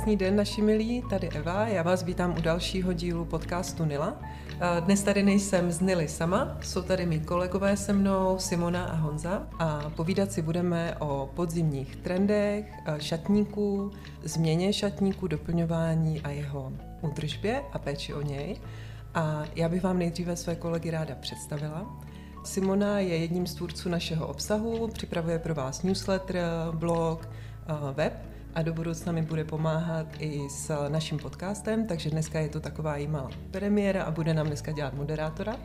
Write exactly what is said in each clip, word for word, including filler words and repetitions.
Krásný den, naši milí, tady Eva, já vás vítám u dalšího dílu podcastu Nila. Dnes tady nejsem z Nily sama, jsou tady mý kolegové se mnou, Simona a Honza, a povídat si budeme o podzimních trendech, šatníků, změně šatníků, doplňování a jeho údržbě a péči o něj. A já bych vám nejdříve své kolegy ráda představila. Simona je jedním z tvůrců našeho obsahu, připravuje pro vás newsletter, blog, web a do budoucna mi bude pomáhat i s naším podcastem, takže dneska je to taková jí malá premiéra a bude nám dneska dělat moderátora.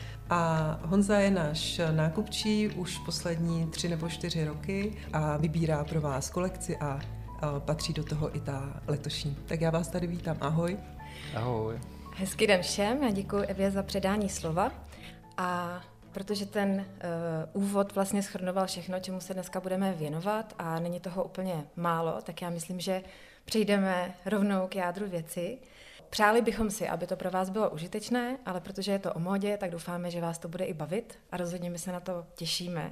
A Honza je náš nákupčí už poslední tři nebo čtyři roky a vybírá pro vás kolekci a patří do toho i ta letošní. Tak já vás tady vítám, ahoj. Ahoj. Hezký den všem, já děkuji Evě za předání slova a protože ten uh, úvod vlastně shrnoval všechno, čemu se dneska budeme věnovat a není toho úplně málo, tak já myslím, že přejdeme rovnou k jádru věci. Přáli bychom si, aby to pro vás bylo užitečné, ale protože je to o módě, tak doufáme, že vás to bude i bavit a rozhodně my se na to těšíme.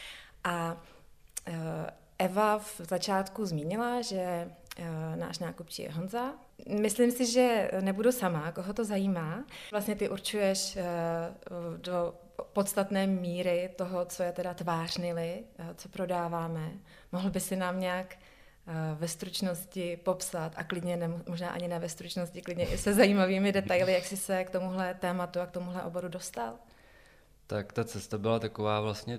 A uh, Eva v začátku zmínila, že uh, náš nákupčí je Honza. Myslím si, že nebudu sama, koho to zajímá. Vlastně ty určuješ uh, do podstatné míry toho, co je teda tvář Nily, co prodáváme. Mohl by si nám nějak ve stručnosti popsat a klidně, ne, možná ani ne ve stručnosti, klidně i se zajímavými detaily, jak jsi se k tomuhle tématu a k tomuhle oboru dostal? Tak ta cesta byla taková vlastně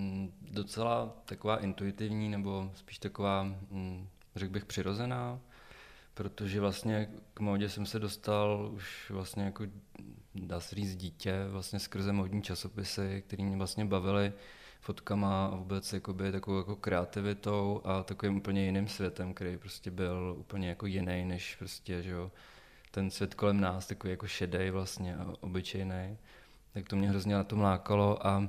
docela taková intuitivní, nebo spíš taková, řekl bych, přirozená, protože vlastně k módě jsem se dostal už vlastně jako, dá se říct, dítě, vlastně skrze módní časopisy, které mě vlastně bavily fotkama a vůbec jakoby takovou jako kreativitou a takovým úplně jiným světem, který prostě byl úplně jako jiný než prostě, že jo, ten svět kolem nás, takový jako šedej vlastně a obyčejnej. Tak to mě hrozně na tom lákalo a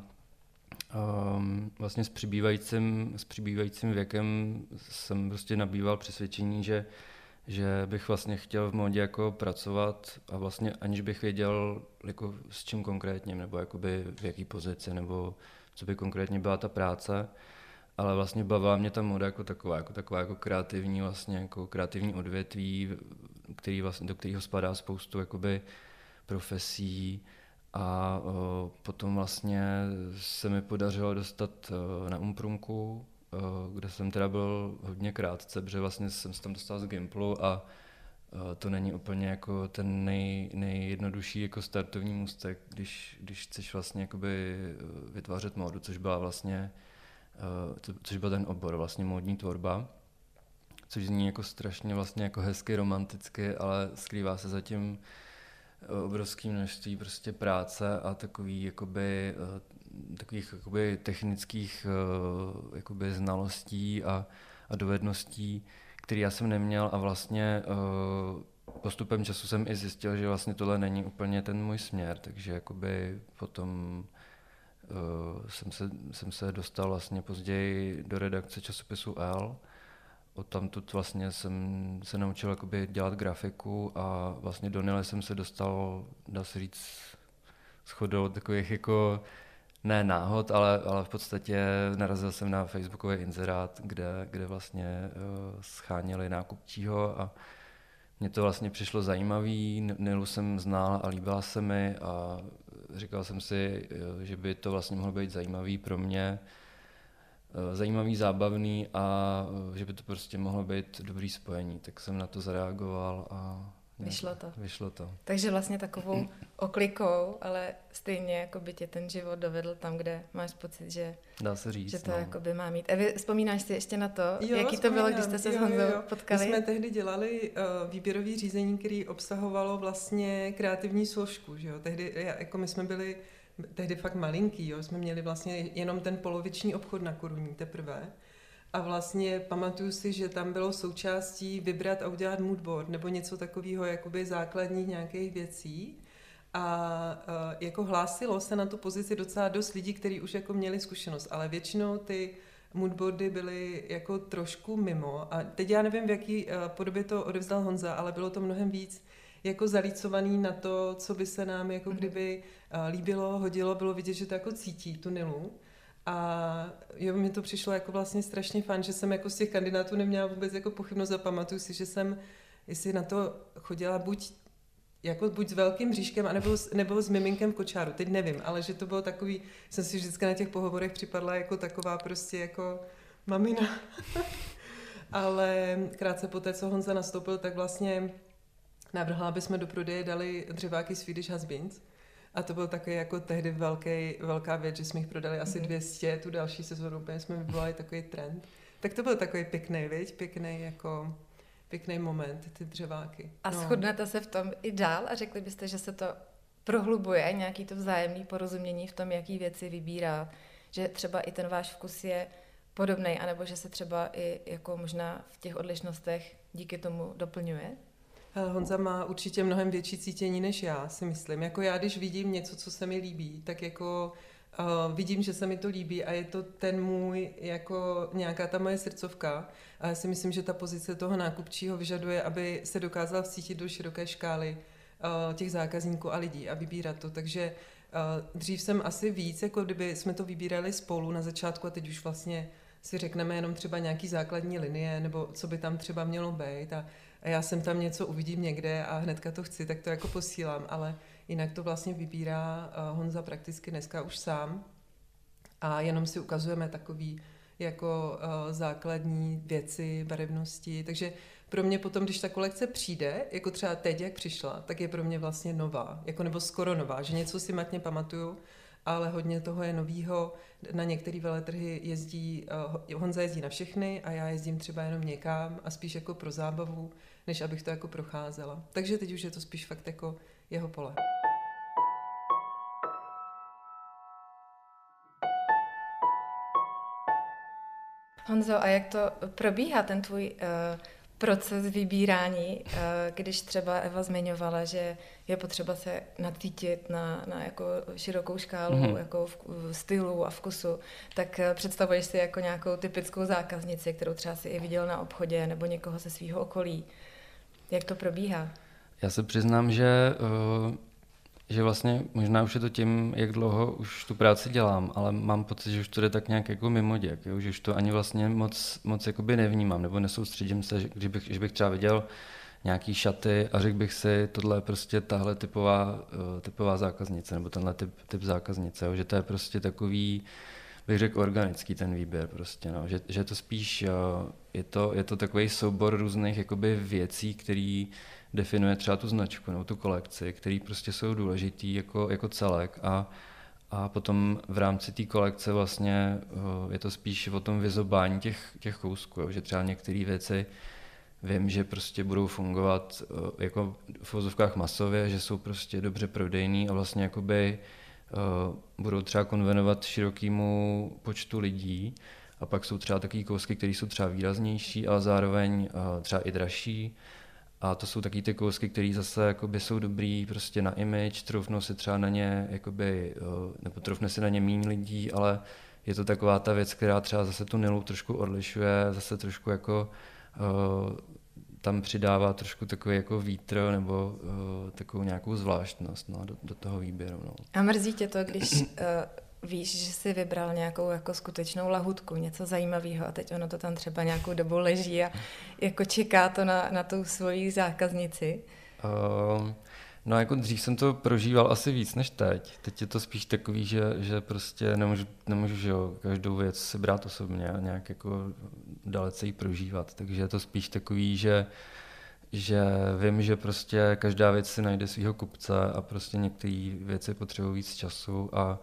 um, vlastně s přibývajícím, s přibývajícím věkem jsem prostě nabýval přesvědčení, že že bych vlastně chtěl v módě jako pracovat a vlastně aniž bych věděl jako s čím konkrétně, nebo jakoby v jaký pozici, nebo co by konkrétně byla ta práce, ale vlastně bavila mě ta móda jako taková, jako taková jako kreativní vlastně, jako kreativní odvětví, který vlastně, do kterého spadá spoustu jakoby profesí a o, potom vlastně se mi podařilo dostat o, na Umprumku, kde jsem teda byl hodně krátce, protože vlastně jsem se tam dostal z Gimplu a to není úplně jako ten nej, nejjednodušší jako startovní můstek, když, když chceš vlastně jakoby vytvářet módu, což byla vlastně, což byl ten obor, vlastně módní tvorba, což zní jako strašně vlastně jako hezky, romanticky, ale skrývá se zatím obrovské množství prostě práce a takový jakoby takových jakoby technických jakoby znalostí a, a dovedností, které já jsem neměl a vlastně postupem času jsem i zjistil, že vlastně tohle není úplně ten můj směr, takže jakoby potom jsem se, jsem se dostal vlastně později do redakce časopisu L. Odtamtud vlastně jsem se naučil jakoby dělat grafiku a vlastně do Nily jsem se dostal, dá se říct, shodou takových jako ne náhod, ale, ale v podstatě narazil jsem na facebookový inzerát, kde, kde vlastně uh, scháněli nákupčího a mně to vlastně přišlo zajímavý, Nilu jsem znal a líbila se mi a říkal jsem si, že by to vlastně mohlo být zajímavý pro mě, uh, zajímavý, zábavný a uh, že by to prostě mohlo být dobrý spojení, tak jsem na to zareagoval a Vyšlo to. Vyšlo to. Takže vlastně takovou oklikou, ale stejně jako by tě ten život dovedl tam, kde máš pocit, že, Dá se říct, že to no. jako by má mít. Evi, vzpomínáš si ještě na to, Jo, jaký to bylo, když jste se jo, s Honzou jo, jo. potkali? My jsme tehdy dělali uh, výběrový řízení, který obsahovalo vlastně kreativní složku, že jo. Tehdy, jako my jsme byli tehdy fakt malinký, jo. Jsme měli vlastně jenom ten poloviční obchod na Koruní teprve. A vlastně pamatuju si, že tam bylo součástí vybrat a udělat moodboard nebo něco takového jakoby základních nějakých věcí. A uh, jako hlásilo se na tu pozici docela dost lidí, kteří už jako měli zkušenost, ale většinou ty moodboardy byly jako trošku mimo. A teď já nevím, v jaký uh, podobě to odevzdal Honza, ale bylo to mnohem víc jako zalícovaný na to, co by se nám jako kdyby uh, líbilo, hodilo, bylo vidět, že to jako cítí tu Nilu. A jo, mi to přišlo jako vlastně strašně fajn, že jsem jako z těch kandidátů neměla vůbec jako pochybnost a pamatuju si, že jsem jestli na to chodila buď jako buď s velkým bříškem, anebo s, nebo s miminkem v kočáru, teď nevím, ale že to bylo takový, jsem si vždycky na těch pohovorech připadla jako taková prostě jako mamina. Ale krátce po té, co Honza nastoupil, tak vlastně navrhla, aby jsme do prodeje dali dřeváky Swedish Husbands. A to byl takový jako tehdy velký, velká věc, že jsme jich prodali asi dvě stě, tu další sezónu úplně jsme vyvolali takový trend. Tak to byl takový pěkný, viď? Pěkný jako pěkný moment, ty dřeváky. A no. Shodnete se v tom i dál a řekli byste, že se to prohlubuje, nějaký to vzájemné porozumění v tom, jaký věci vybírá, že třeba i ten váš vkus je podobnej, anebo že se třeba i jako možná v těch odlišnostech díky tomu doplňuje? Honza má určitě mnohem větší cítění než já, si myslím. Jako já, když vidím něco, co se mi líbí, tak jako uh, vidím, že se mi to líbí a je to ten můj, jako nějaká ta moje srdcovka. A já si myslím, že ta pozice toho nákupčího vyžaduje, aby se dokázal vcítit do široké škály uh, těch zákazníků a lidí a vybírat to. Takže uh, dřív jsem asi víc, jako kdyby jsme to vybírali spolu na začátku a teď už vlastně si řekneme jenom třeba nějaký základní linie nebo co by tam třeba mělo být a a já jsem tam něco uvidím někde a hnedka to chci, tak to jako posílám, ale jinak to vlastně vybírá Honza prakticky dneska už sám a jenom si ukazujeme takový jako základní věci, barevnosti, takže pro mě potom, když ta kolekce přijde, jako třeba teď, jak přišla, tak je pro mě vlastně nová, jako nebo skoro nová, že něco si matně pamatuju, ale hodně toho je novýho. Na některé veletrhy jezdí, uh, Honza jezdí na všechny a já jezdím třeba jenom někam a spíš jako pro zábavu, než abych to jako procházela. Takže teď už je to spíš fakt jako jeho pole. Honzo, a jak to probíhá ten tvůj uh, proces vybírání, uh, když třeba Eva zmiňovala, že je potřeba se nacítit na, na jako širokou škálu mm-hmm. jako v, v stylu a vkusu, tak uh, představuješ si jako nějakou typickou zákaznici, kterou třeba si i viděl na obchodě nebo někoho ze svého okolí. Jak to probíhá? Já se přiznám, že, uh, že vlastně možná už je to tím, jak dlouho už tu práci dělám, ale mám pocit, že už to jde tak nějak jako mimoděk, jo? Že už to ani vlastně moc, moc jakoby nevnímám, nebo nesoustředím se, že, že, bych, že bych třeba viděl nějaký šaty a řekl bych si, tohle je prostě tahle typová, uh, typová zákaznice, nebo tenhle typ, typ zákaznice, jo? Že to je prostě takový, bych řekl, organický ten výběr prostě, no. Že, že to spíš, uh, je to, je to takový soubor různých jakoby věcí, který definuje třeba tu značku nebo tu kolekci, které prostě jsou důležitý jako, jako celek a, a potom v rámci té kolekce vlastně uh, je to spíš o tom vyzobání těch, těch kousků, jo. Že třeba některé věci vím, že prostě budou fungovat uh, jako v vozovkách masově, že jsou prostě dobře prodejný a vlastně jakoby uh, budou třeba konvenovat širokému počtu lidí a pak jsou třeba takové kousky, které jsou třeba výraznější, ale zároveň uh, třeba i dražší. A to jsou taky ty kousky, které zase jakoby jsou dobrý prostě na image, troufnou si třeba na ně, jakoby, nebo troufne si na ně míň lidí, ale je to taková ta věc, která třeba zase tu Nilu trošku odlišuje, zase trošku jako uh, tam přidává trošku takový jako vítr nebo uh, takovou nějakou zvláštnost no, do, do toho výběru. No. A mrzí tě to, když uh, víš, že jsi vybral nějakou jako skutečnou lahůdku, něco zajímavého a teď ono to tam třeba nějakou dobu leží a jako čeká to na, na tu svoji zákaznici? Uh, no jako dřív jsem to prožíval asi víc než teď. Teď je to spíš takový, že, že prostě nemůžu, nemůžu že jo, každou věc si brát osobně a nějak jako dalece ji prožívat. Takže je to spíš takový, že že vím, že prostě každá věc si najde svýho kupce a prostě některé věci potřebují víc času a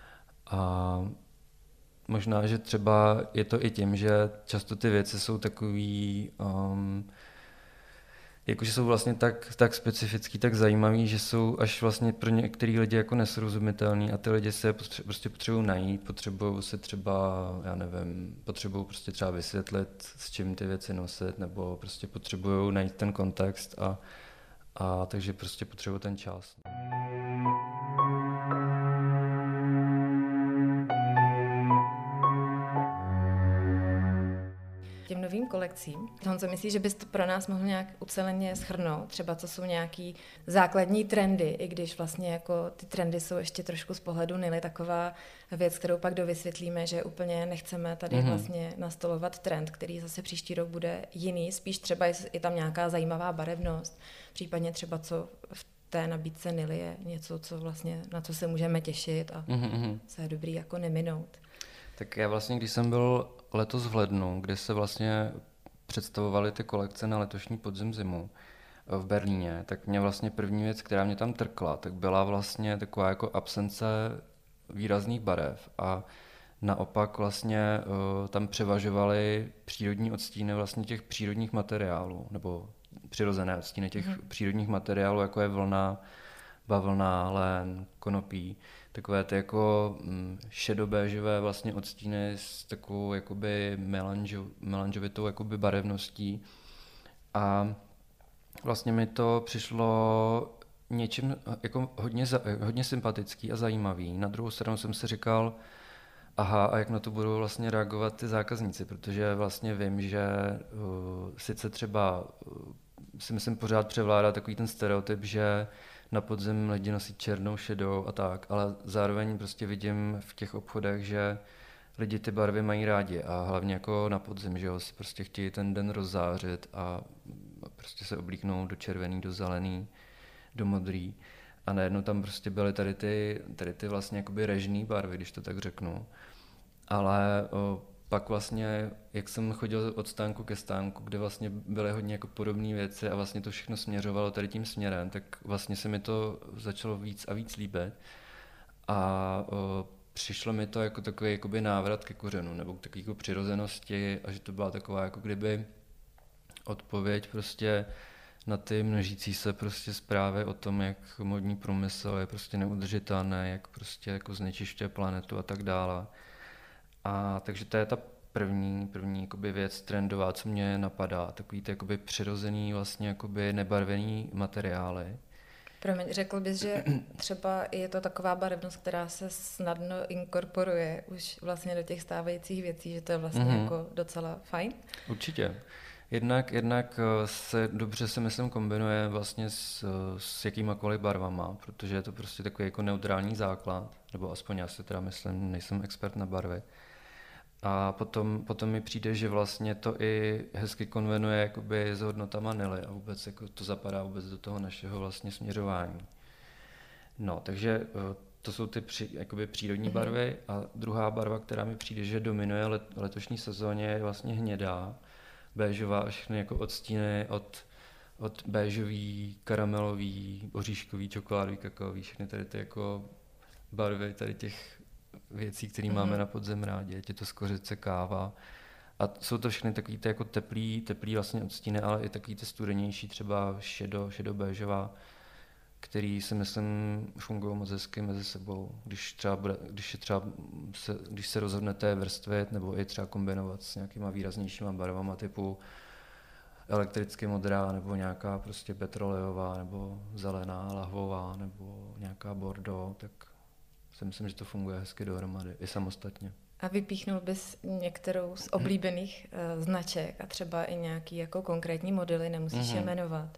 A možná, že třeba je to i tím, že často ty věci jsou takový, um, jakože jsou vlastně tak, tak specifický, tak zajímavý, že jsou až vlastně pro některý lidi jako nesrozumitelný a ty lidi se potře- prostě potřebují najít, potřebují se třeba, já nevím, potřebují prostě třeba vysvětlit, s čím ty věci nosit, nebo prostě potřebují najít ten kontext a, a takže prostě potřebují ten čas. těm novým kolekcím. Honzo, myslíš, že bys to pro nás mohl nějak uceleně shrnout? Třeba co jsou nějaký základní trendy, i když vlastně jako ty trendy jsou ještě trošku z pohledu Nily taková věc, kterou pak dovysvětlíme, že úplně nechceme tady mm-hmm. vlastně nastolovat trend, který zase příští rok bude jiný. Spíš třeba je tam nějaká zajímavá barevnost, případně třeba co v té nabídce Nily je něco, co vlastně, na co se můžeme těšit a mm-hmm. co je dobrý jako neminout. Tak já vlastně, když jsem byl letos v lednu, kde se vlastně představovaly ty kolekce na letošní podzim zimu v Berlíně, tak mě vlastně první věc, která mě tam trkla, tak byla vlastně taková jako absence výrazných barev a naopak vlastně uh, tam převažovaly přírodní odstíny vlastně těch přírodních materiálů, nebo přirozené odstíny těch mm. přírodních materiálů, jako je vlna, bavlna, lén, konopí. Takové ty jako šedobéžové vlastně odstíny s takovou jakoby melanžo, melanžovitou jakoby barevností. A vlastně mi to přišlo něčím jako hodně, hodně sympatický a zajímavý. Na druhou stranu jsem si říkal, aha, a jak na to budou vlastně reagovat ty zákazníci, protože vlastně vím, že uh, sice třeba uh, si myslím pořád převládá takový ten stereotyp, že na podzim lidi nosí černou, šedou a tak, ale zároveň prostě vidím v těch obchodech, že lidi ty barvy mají rádi a hlavně jako na podzim, že jo, si prostě chtějí ten den rozzářit a prostě se oblíknou do červený, do zelený, do modrý a najednou tam prostě byly tady ty, tady ty vlastně jakoby režný barvy, když to tak řeknu, ale o, pak vlastně, jak jsem chodil od stánku ke stánku, kde vlastně byly hodně jako podobné věci a vlastně to všechno směřovalo tady tím směrem, tak vlastně se mi to začalo víc a víc líbit a o, přišlo mi to jako takový jakoby návrat ke kořenu nebo k takové jako přirozenosti a že to byla taková jako kdyby odpověď prostě na ty množící se prostě zprávy o tom, jak modní průmysl je prostě neudržitelný, jak prostě jako znečišťuje planetu a tak dále. A takže to je ta první, první jakoby věc trendová, co mě napadá, takový ty jakoby přirozený, vlastně jakoby nebarvený materiály. Promiň, řekl bys, že třeba je to taková barevnost, která se snadno inkorporuje už vlastně do těch stávajících věcí, že to je vlastně mm-hmm. jako docela fajn? Určitě. Jednak, jednak se dobře se myslím kombinuje vlastně s, s jakýmakoliv barvama, protože je to prostě takový jako neutrální základ, nebo aspoň já si teda myslím, nejsem expert na barvy. A potom, potom mi přijde, že vlastně to i hezky konvenuje jakoby s hodnotama Nily a vůbec jako to zapadá vůbec do toho našeho vlastně směřování. No, takže to jsou ty při, jakoby přírodní mm-hmm. barvy a druhá barva, která mi přijde, že dominuje let, letošní sezóně, je vlastně hnědá, béžová a všechny jako odstíny od, od béžový, karamelový, oříškový, čokoládový, kakaový, všechny tady ty jako barvy tady těch věcí, které mm-hmm. máme na podzim rádi, ať je to skořice, káva. A jsou to všechny takový ty jako teplý, teplý vlastně odstíny, ale i takový ty studenější, třeba šedo, šedobéžová, který si myslím fungují moc hezky mezi sebou, když třeba, bude, když, je třeba se, když se rozhodnete vrstvit nebo i třeba kombinovat s nějakýma výraznějšíma barvama typu elektricky modrá nebo nějaká prostě petroleová nebo zelená, lahvová nebo nějaká bordeaux, tak si myslím, že to funguje hezky dohromady i samostatně. A vypíchnul bys některou z oblíbených uh, značek a třeba i nějaký jako konkrétní modely, nemusíš mm-hmm. je jmenovat.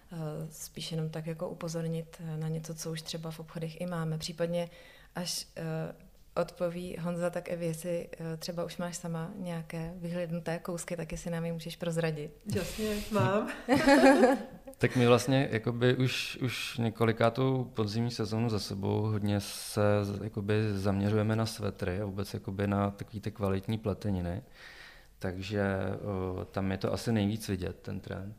Spíš jenom tak jako upozornit na něco, co už třeba v obchodech i máme. Případně až uh, odpoví Honza, tak Evi, jestli uh, třeba už máš sama nějaké vyhlédnuté kousky, tak jestli nám je můžeš prozradit. Jasně, mám. Tak my vlastně jakoby už, už několikátou podzimní sezónu za sebou hodně se jakoby zaměřujeme na svetry a vůbec jakoby na takový ty kvalitní pleteniny. Takže uh, tam je to asi nejvíc vidět, ten trend.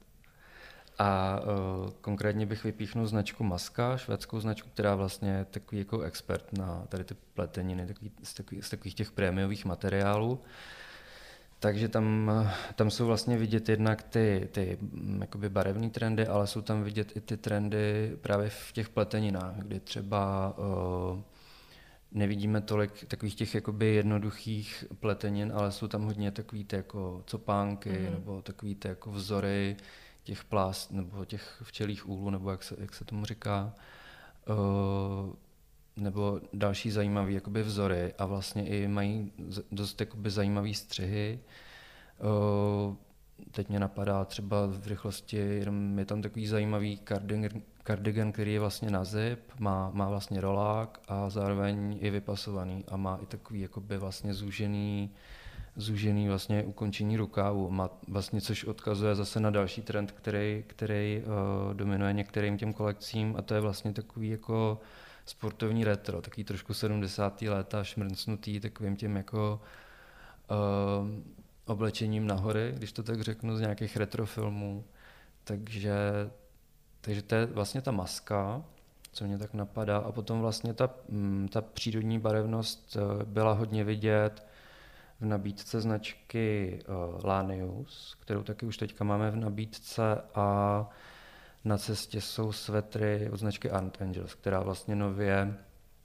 A uh, konkrétně bych vypíchnul značku Maska, švédskou značku, která vlastně je takový jako expert na tady ty pleteniny, takový, z, takový, z takových těch prémiových materiálů. Takže tam, tam jsou vlastně vidět jednak ty, ty jakoby barevné trendy, ale jsou tam vidět i ty trendy právě v těch pleteninách, kdy třeba uh, nevidíme tolik takových těch jakoby jednoduchých pletenin, ale jsou tam hodně takový ty jako copánky mm-hmm. nebo takový ty jako vzory těch plast nebo těch včelích úlů, nebo jak se, jak se tomu říká, uh, nebo další zajímavé jakoby vzory a vlastně i mají dost jakoby zajímavé střihy. Teď mě napadá třeba v rychlosti, jenom je tam takový zajímavý cardigan, cardigan, který je vlastně na zip, má, má vlastně rolák a zároveň je vypasovaný a má i takový jakoby vlastně zúžený, zúžený vlastně ukončení rukávu, má vlastně, což odkazuje zase na další trend, který, který uh, dominuje některým těm kolekcím, a to je vlastně takový jako sportovní retro, takový trošku sedmdesátá léta šmrncnutý takovým tím jako uh, oblečením nahory, když to tak řeknu, z nějakých retrofilmů. Takže, takže to je vlastně ta maska, co mě tak napadá. A potom vlastně ta, ta přírodní barevnost byla hodně vidět v nabídce značky uh, Lanius, kterou taky už teďka máme v nabídce, a na cestě jsou svetry od značky Art Angels, která vlastně nově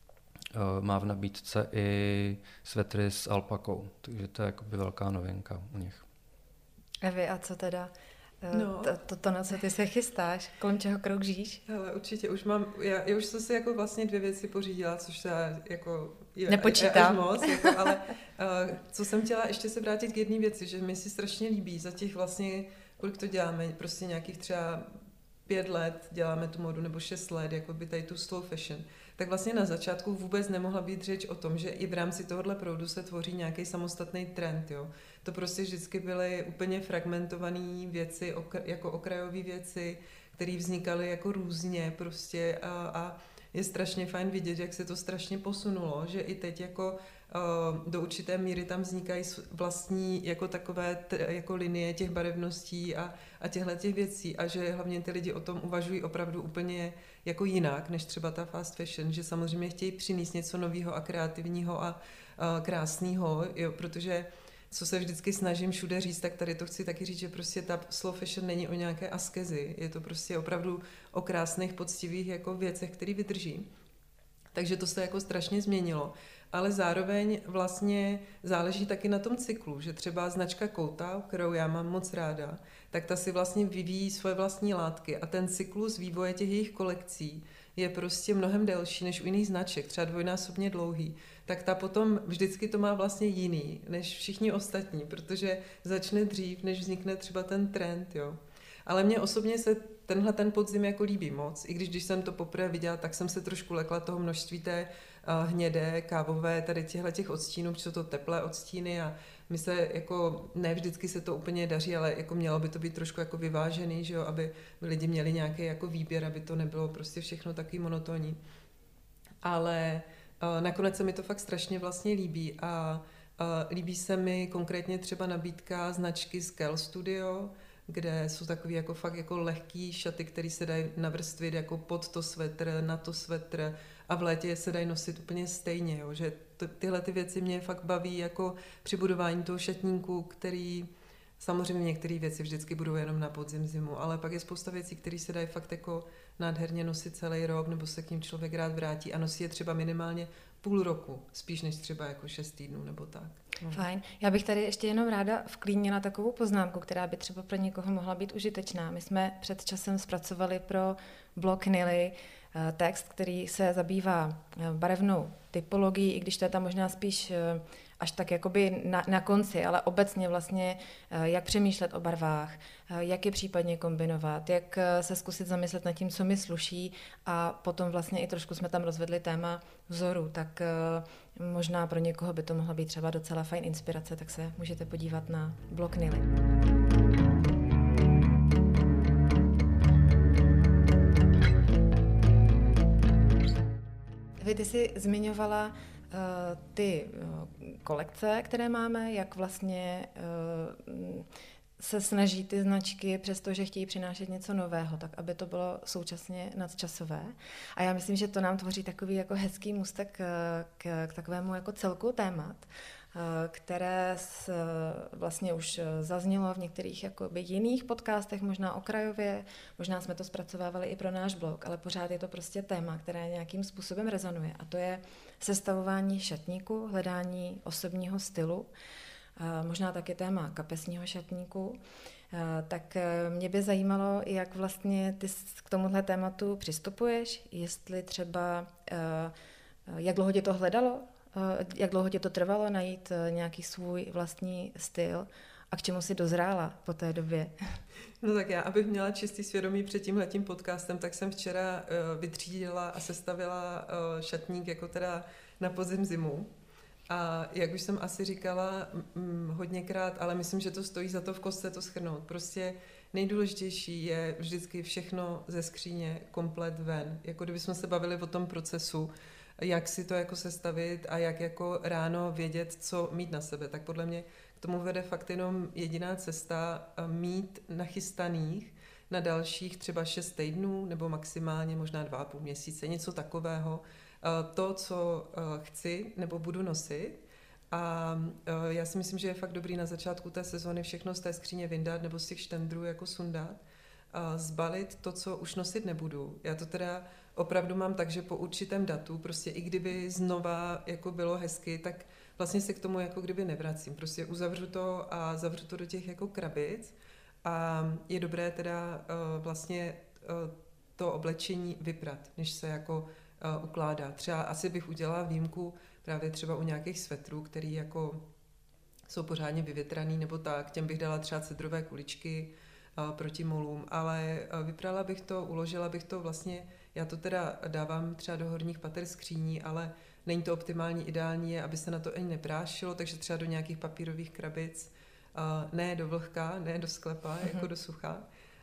uh, má v nabídce i svetry s alpakou, takže to je jakoby velká novinka u nich. Evi, a co teda? No. To, to, to, na co ty se chystáš? Kolem čeho kroužíš? Hele, určitě už mám, já, já už jsem si jako vlastně dvě věci pořídila, což se jako je, nepočítám. Je až moc, jako, ale uh, co jsem chtěla ještě se vrátit k jedné věci, že mi si strašně líbí za těch vlastně, kolik to děláme, prostě nějakých třeba pět let děláme tu modu, nebo šest let, jako by tady tu slow fashion, tak vlastně na začátku vůbec nemohla být řeč o tom, že i v rámci tohohle proudu se tvoří nějaký samostatný trend, jo. To prostě vždycky byly úplně fragmentované věci, okr- jako okrajové věci, které vznikaly jako různě prostě a, a je strašně fajn vidět, jak se to strašně posunulo, že i teď jako uh, do určité míry tam vznikají vlastní jako takové t- jako linie těch barevností a, a těchto těch věcí, a že hlavně ty lidi o tom uvažují opravdu úplně jako jinak, než třeba ta fast fashion, že samozřejmě chtějí přinést něco nového a kreativního a uh, krásného, jo, protože co se vždycky snažím všude říct, tak tady to chci taky říct, že prostě ta slow fashion není o nějaké askezi, je to prostě opravdu o krásných, poctivých jako věcech, které vydrží. Takže to se jako strašně změnilo. Ale zároveň vlastně záleží taky na tom cyklu, že třeba značka Kouta, kterou já mám moc ráda, tak ta si vlastně vyvíjí svoje vlastní látky a ten cyklus vývoje těch jejich kolekcí je prostě mnohem delší než u jiných značek, třeba dvojnásobně dlouhý, tak ta potom vždycky to má vlastně jiný než všichni ostatní, protože začne dřív, než vznikne třeba ten trend, jo. Ale mně osobně se tenhle ten podzim jako líbí moc, i když když jsem to poprvé viděla, tak jsem se trošku lekla toho množství té uh, hnědé, kávové, tady těchto těch odstínů, protože jsou to teplé odstíny a my se jako, ne vždycky se to úplně daří, ale jako mělo by to být trošku jako vyvážený, že jo, aby lidi měli nějaký jako výběr, aby to nebylo prostě všechno taky monotónní. Ale uh, nakonec se mi to fakt strašně vlastně líbí a uh, líbí se mi konkrétně třeba nabídka značky Scale Studio, kde jsou takový jako fakt jako lehký šaty, které se dají navrstvit jako pod to svetr, na to svetr a v létě se dají nosit úplně stejně, jo? Že to, tyhle ty věci mě fakt baví jako při budování toho šatníku, který samozřejmě některé věci vždycky budou jenom na podzim, zimu, ale pak je spousta věcí, které se dají fakt jako nádherně nosit celý rok, nebo se k ním člověk rád vrátí a nosí je třeba minimálně půl roku, spíš než třeba jako šest týdnů nebo tak. No. Fajn. Já bych tady ještě jenom ráda vklínila takovou poznámku, která by třeba pro někoho mohla být užitečná. My jsme před časem zpracovali pro blog Nily text, který se zabývá barevnou typologií, i když to je tam možná spíš až tak jakoby na, na konci, ale obecně vlastně, jak přemýšlet o barvách, jak je případně kombinovat, jak se zkusit zamyslet nad tím, co mi sluší, a potom vlastně i trošku jsme tam rozvedli téma vzoru, tak možná pro někoho by to mohla být třeba docela fajn inspirace, tak se můžete podívat na blog Nily. Vy ty jsi zmiňovala uh, ty uh, kolekce, které máme, jak vlastně uh, se snaží ty značky, přestože chtějí přinášet něco nového, tak aby to bylo současně nadčasové. A já myslím, že to nám tvoří takový jako hezký můstek k, k takovému jako celku témat, které s, vlastně už zaznělo v některých jakoby jiných podcastech, možná okrajově, možná jsme to zpracovávali i pro náš blog, ale pořád je to prostě téma, které nějakým způsobem rezonuje, a to je sestavování šatníku, hledání osobního stylu, možná taky téma kapesního šatníku. Tak mě by zajímalo, jak vlastně ty k tomuhle tématu přistupuješ, jestli třeba, jak dlouho tě to hledalo, jak dlouho tě to trvalo najít nějaký svůj vlastní styl a k čemu si dozrála po té době? No tak já, abych měla čistý svědomí před tímhletím podcastem, tak jsem včera uh, vytřídila a sestavila uh, šatník jako teda na podzim zimu. A jak už jsem asi říkala m, hodněkrát, ale myslím, že to stojí za to v kostce to shrnout. Prostě nejdůležitější je vždycky všechno ze skříně komplet ven. Jako kdybychom se bavili o tom procesu, jak si to jako sestavit a jak jako ráno vědět, co mít na sebe. Tak podle mě k tomu vede fakt jenom jediná cesta mít nachystaných na dalších třeba šest týdnů nebo maximálně možná dva a půl měsíce, něco takového, to, co chci nebo budu nosit. A já si myslím, že je fakt dobrý na začátku té sezóny všechno z té skříně vyndat nebo z těch štendrů jako sundat, a zbalit to, co už nosit nebudu. Já to teda opravdu mám tak, že po určitém datu, prostě i kdyby znova jako bylo hezky, tak vlastně se k tomu jako kdyby nevracím. Prostě uzavřu to a zavřu to do těch jako krabic a je dobré teda uh, vlastně uh, to oblečení vyprat, než se jako uh, ukládá. Třeba asi bych udělala výjimku právě třeba u nějakých svetrů, který jako jsou pořádně vyvětraný nebo tak, těm bych dala třeba cedrové kuličky uh, proti molům, ale uh, vyprala bych to, uložila bych to vlastně, já to teda dávám třeba do horních pater skříní, ale není to optimální, ideální je, aby se na to ani neprášilo, takže třeba do nějakých papírových krabic, uh, ne do vlhka, ne do sklepa, mm-hmm. jako do sucha.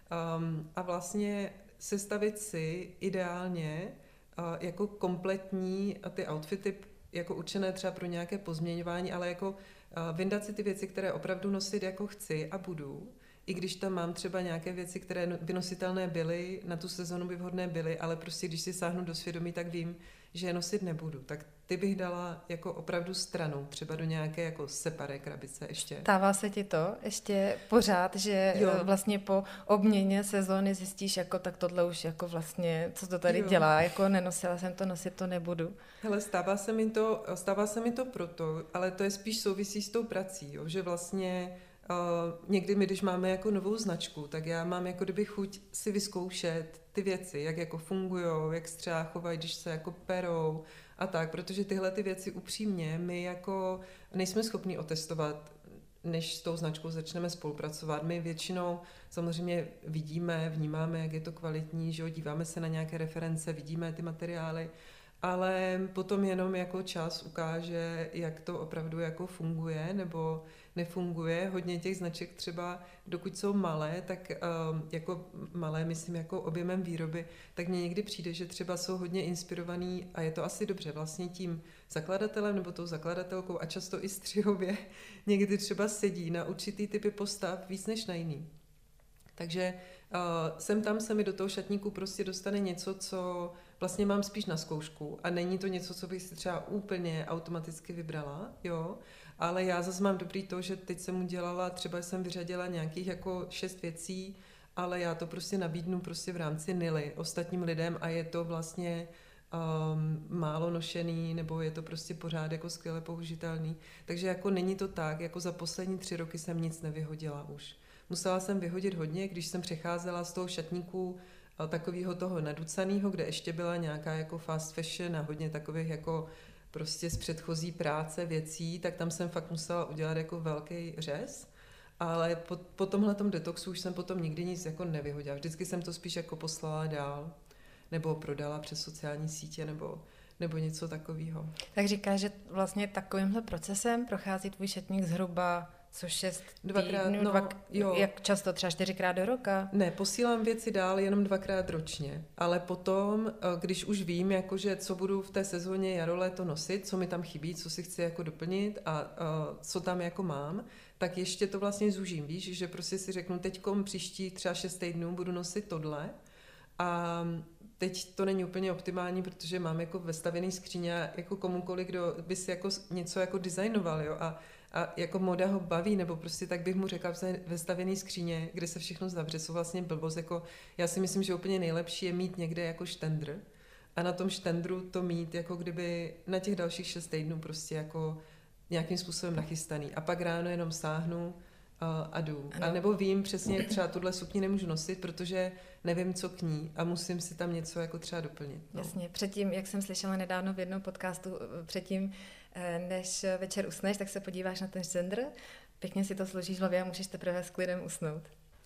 Um, a vlastně sestavit si ideálně uh, jako kompletní ty outfity, jako určené třeba pro nějaké pozměňování, ale jako uh, vyndat si ty věci, které opravdu nosit jako chci a budu, i když tam mám třeba nějaké věci, které by nositelné byly, na tu sezonu by vhodné byly, ale prostě když si sáhnu do svědomí, tak vím, že je nosit nebudu. Tak ty bych dala jako opravdu stranou, třeba do nějaké jako separé krabice ještě. Stává se ti to ještě pořád, že jo. Vlastně po obměně sezóny zjistíš, jako tak tohle už jako vlastně, co to tady jo. dělá, jako nenosila jsem to, nosit to nebudu. Hele, stává se mi to, stává se mi to proto, ale to je spíš souvisí s tou prací, jo, že vlastně Uh, někdy my, když máme jako novou značku, tak já mám jako kdyby chuť si vyzkoušet ty věci, jak jako fungujou, jak se třeba chovají, když se jako perou a tak, protože tyhle ty věci upřímně my jako nejsme schopni otestovat, než s tou značkou začneme spolupracovat. My většinou samozřejmě vidíme, vnímáme, jak je to kvalitní, že jo, díváme se na nějaké reference, vidíme ty materiály, ale potom jenom jako čas ukáže, jak to opravdu jako funguje nebo nefunguje. Hodně těch značek třeba, dokud jsou malé, tak um, jako malé, myslím jako objemem výroby, tak mně někdy přijde, že třeba jsou hodně inspirovaný a je to asi dobře vlastně tím zakladatelem nebo tou zakladatelkou a často i střihově někdy třeba sedí na určitý typy postav víc než na jiný. Takže uh, sem tam se mi do toho šatníku prostě dostane něco, co vlastně mám spíš na zkoušku a není to něco, co bych si třeba úplně automaticky vybrala, jo, ale já zase mám dobrý to, že teď jsem udělala, třeba jsem vyřadila nějakých jako šest věcí, ale já to prostě nabídnu prostě v rámci Nily ostatním lidem a je to vlastně um, málo nošený, nebo je to prostě pořád jako skvěle použitelný. Takže jako není to tak, jako za poslední tři roky jsem nic nevyhodila už. Musela jsem vyhodit hodně, když jsem přecházela z toho šatníku takového toho naducaného, kde ještě byla nějaká jako fast fashion a hodně takových jako prostě z předchozí práce věcí, tak tam jsem fakt musela udělat jako velký řez, ale po, po tomhletom detoxu už jsem potom nikdy nic jako nevyhodila. Vždycky jsem to spíš jako poslala dál, nebo prodala přes sociální sítě, nebo, nebo něco takového. Tak říkáš, že vlastně takovýmhle procesem prochází tvůj šatník zhruba co šest dvakrát, týdnů, no, dva, jo. Jak často, třeba čtyřikrát do roka? Ne, posílám věci dál jenom dvakrát ročně, ale potom, když už vím, jakože co budu v té sezóně jaro léto nosit, co mi tam chybí, co si chci jako doplnit a, a co tam jako mám, tak ještě to vlastně zúžím, víš, že prostě si řeknu, teďkom příští třeba šest týdnů budu nosit tohle a teď to není úplně optimální, protože mám jako vestavěný skříně jako komukoliv, kdo by si jako něco jako designoval, jo, a a jako moda ho baví, nebo prostě tak bych mu řekla ve stavěné skříně, kde se všechno zavře, jsou vlastně blbost. Jako, já si myslím, že úplně nejlepší je mít někde jako štendr a na tom štendru to mít jako kdyby na těch dalších šest týdnů prostě jako nějakým způsobem nachystaný. A pak ráno jenom sáhnu a, a jdu. A nebo vím přesně, třeba tuhle sukni nemůžu nosit, protože nevím, co k ní a musím si tam něco jako třeba doplnit. No. Jasně, předtím, jak jsem slyšela nedávno v jednom podcastu, předtím než večer usneš, tak se podíváš na ten štendr, pěkně si to složíš v hlavě a můžeš teprve s klidem usnout.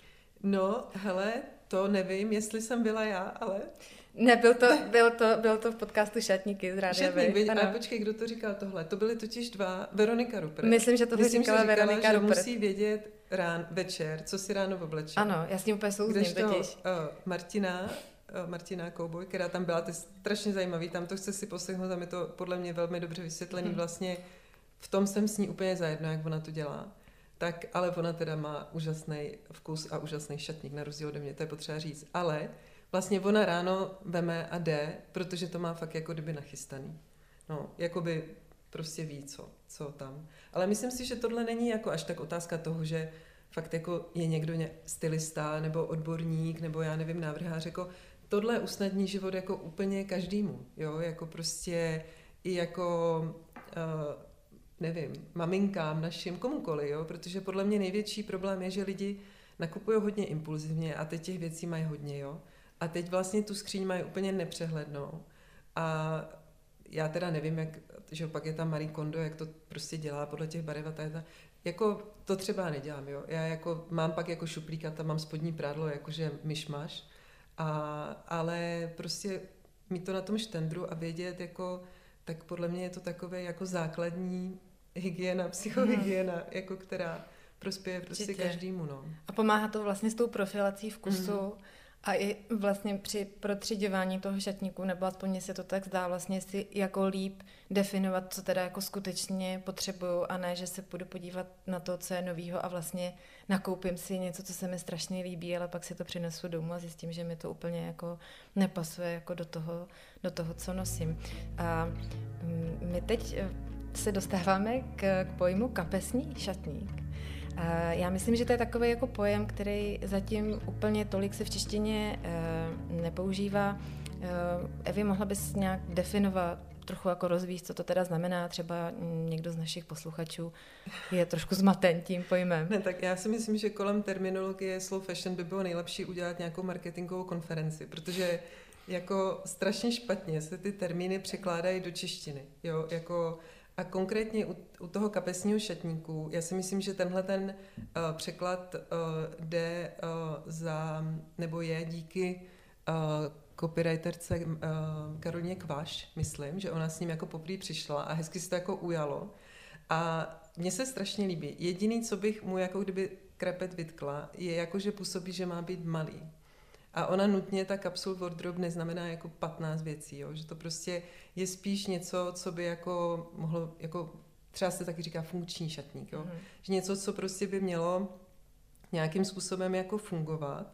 No, hele, to nevím, jestli jsem byla já, ale... Ne, byl to, byl to, byl to v podcastu Šatníky z Rádia Šatník, Wave. ale počkej, kdo to říkal tohle? To byly totiž dva, Veronika Rupert. Myslím, že to Myslím, říkala, že říkala Veronika že Rupert. musí vědět rán, večer, co si ráno obleče. Ano, já s ním úplně souzním totiž. Uh, Martina, uh, Martina Kouboj, která tam byla, to je strašně zajímavý, tam to chce si poslechnout, tam je to podle mě velmi dobře vysvětlený. Hmm. Vlastně v tom jsem s ní úplně zajedno, jak ona to dělá. Tak, ale ona teda má úžasný vkus a úžasný šatník, na rozdíl ode mě, to je potřeba říct. Ale vlastně ona ráno veme a jde, protože to má fakt jako kdyby nachystaný. No, jakoby prostě ví, co, co tam. Ale myslím si, že tohle není jako až tak otázka toho, že fakt jako je někdo ně, stylista nebo odborník nebo já nevím, návrhář, jako tohle usnadní život jako úplně každému, jo, jako prostě i jako uh, nevím, maminkám, našim, komukoli, jo, protože podle mě největší problém je, že lidi nakupují hodně impulzivně a teď těch věcí mají hodně, jo, a teď vlastně tu skříň mají úplně nepřehlednou a já teda nevím, jak, že pak je tam Marie Kondo, jak to prostě dělá podle těch barev a tak, jako to třeba nedělám, jo, já jako mám pak jako šuplík a tam mám spodní prádlo, jakože myšmaš, a, ale prostě mít to na tom štendru a vědět, jako, tak podle mě je to takové jako základní hygiena, psychohygiena, hmm. jako která prospěje prostě Určitě. každému, no. A pomáhá to vlastně s tou profilací vkusu, hmm. a i vlastně při protřiďování toho šatníku, nebo aspoň mně se to tak zdá, vlastně si jako líp definovat, co teda jako skutečně potřebuju, a ne, že se půjdu podívat na to, co je novýho a vlastně nakoupím si něco, co se mi strašně líbí, ale pak si to přinesu domů a zjistím, že mi to úplně jako nepasuje jako do toho, do toho, co nosím. A my teď se dostáváme k, k pojmu kapesní šatník. Já myslím, že to je takový jako pojem, který zatím úplně tolik se v češtině nepoužívá. Evi, mohla bys nějak definovat, trochu jako rozvíjet, co to teda znamená? Třeba někdo z našich posluchačů je trošku zmaten tím pojmem. Ne, tak já si myslím, že kolem terminologie slow fashion by bylo nejlepší udělat nějakou marketingovou konferenci, protože jako strašně špatně se ty termíny překládají do češtiny. Jo, jako a konkrétně u, u toho kapesního šatníku, já si myslím, že tenhle ten uh, překlad uh, jde uh, za, nebo je díky uh, copywriterce uh, Karolině Kvaš, myslím, že ona s ním jako poprvé přišla a hezky se to jako ujalo. A mně se strašně líbí. Jediný, co bych mu jako kdyby krepet vytkla, je jako, že působí, že má být malý. A ona nutně, ta capsule wardrobe neznamená jako patnáct věcí, jo? Že to prostě je spíš něco, co by jako mohlo, jako třeba se taky říká funkční šatník, jo? Mm. Že něco, co prostě by mělo nějakým způsobem jako fungovat.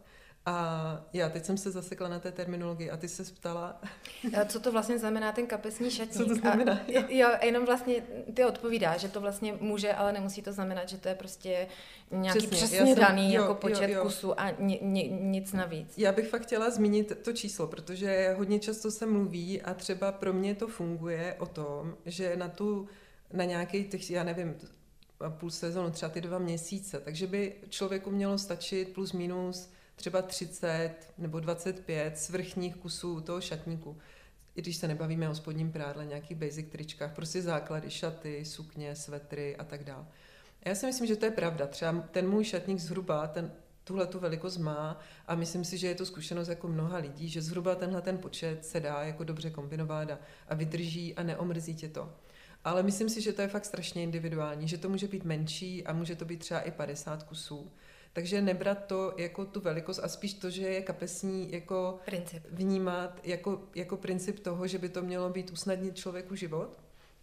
A já teď jsem se zasekla na té terminologii a ty se ptala... Co to vlastně znamená ten kapesní šatník? Co to znamená? A, jo. jo, jenom vlastně ty odpovídáš, že to vlastně může, ale nemusí to znamenat, že to je prostě nějaký přesně, přesně jsem, daný jo, jako počet jo, jo. kusů a ni, ni, nic navíc. Já bych fakt chtěla zmínit to číslo, protože hodně často se mluví a třeba pro mě to funguje o tom, že na tu, na nějaký těch, já nevím, půl sezonu, třeba ty dva měsíce, takže by člověku mělo stačit plus minus třeba třicet nebo dvacet pět svrchních kusů toho šatníku. I když se nebavíme o spodním prádle, nějakých basic tričkách, prostě základy, šaty, sukně, svetry a tak dále. Já si myslím, že to je pravda. Třeba ten můj šatník zhruba ten, tuhle tu velikost má a myslím si, že je to zkušenost jako mnoha lidí, že zhruba tenhle ten počet se dá jako dobře kombinovat a, a vydrží a neomrzí tě to. Ale myslím si, že to je fakt strašně individuální, že to může být menší a může to být třeba i padesát kusů. Takže nebrat to jako tu velikost a spíš to, že je kapesní jako princip. Vnímat jako, jako princip toho, že by to mělo být usnadnit člověku život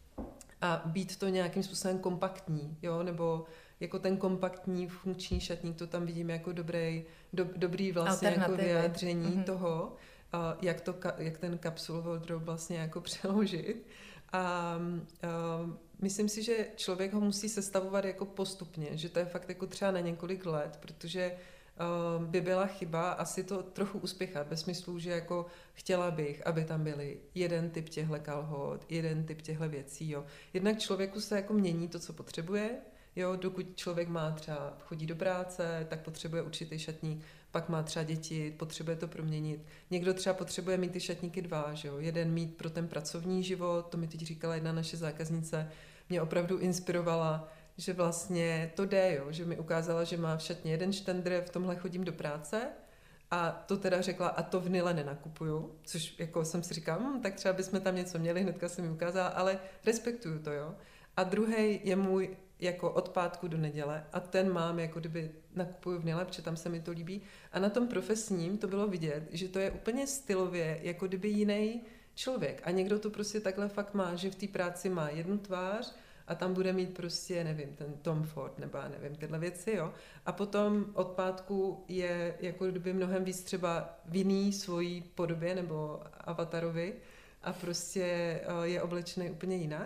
a být to nějakým způsobem kompaktní, jo, nebo jako ten kompaktní funkční šatník, to tam vidím jako dobrý, do, dobrý vlastně jako vyjádření mm-hmm. toho, a jak, to, jak ten capsule wardrobe vlastně jako přeložit. A, a myslím si, že člověk ho musí sestavovat jako postupně, že to je fakt jako třeba na několik let, protože uh, by byla chyba asi to trochu uspěchat, ve smyslu, že jako chtěla bych, aby tam byly jeden typ těchto kalhot, jeden typ těchto věcí, jo. Jednak člověku se jako mění to, co potřebuje, jo, dokud člověk má třeba chodí do práce, tak potřebuje určitý šatník, pak má třeba děti, potřebuje to proměnit. Někdo třeba potřebuje mít ty šatníky dva, že jo? Jeden mít pro ten pracovní život, to mi teď říkala jedna naše zákaznice, mě opravdu inspirovala, že vlastně to jde, jo, že mi ukázala, že má v šatně jeden štendr, v tomhle chodím do práce a to teda řekla, a to v Nile nenakupuju, což jako jsem si říkala, hm, tak třeba bychom tam něco měli, hnedka jsem mi ukázala, ale respektuju to, jo. A druhý je můj jako od pátku do neděle a ten mám, jako kdyby nakupuju v Nile, protože tam se mi to líbí. A na tom profesním to bylo vidět, že to je úplně stylově, jako kdyby jiný člověk. A někdo to prostě takhle fakt má, že v té práci má jednu tvář a tam bude mít prostě, nevím, ten Tom Ford, nebo já nevím, tyhle věci, jo. A potom od pátku je jako kdyby mnohem víc třeba v jiný svojí podobě nebo avatarovi a prostě je oblečený úplně jinak.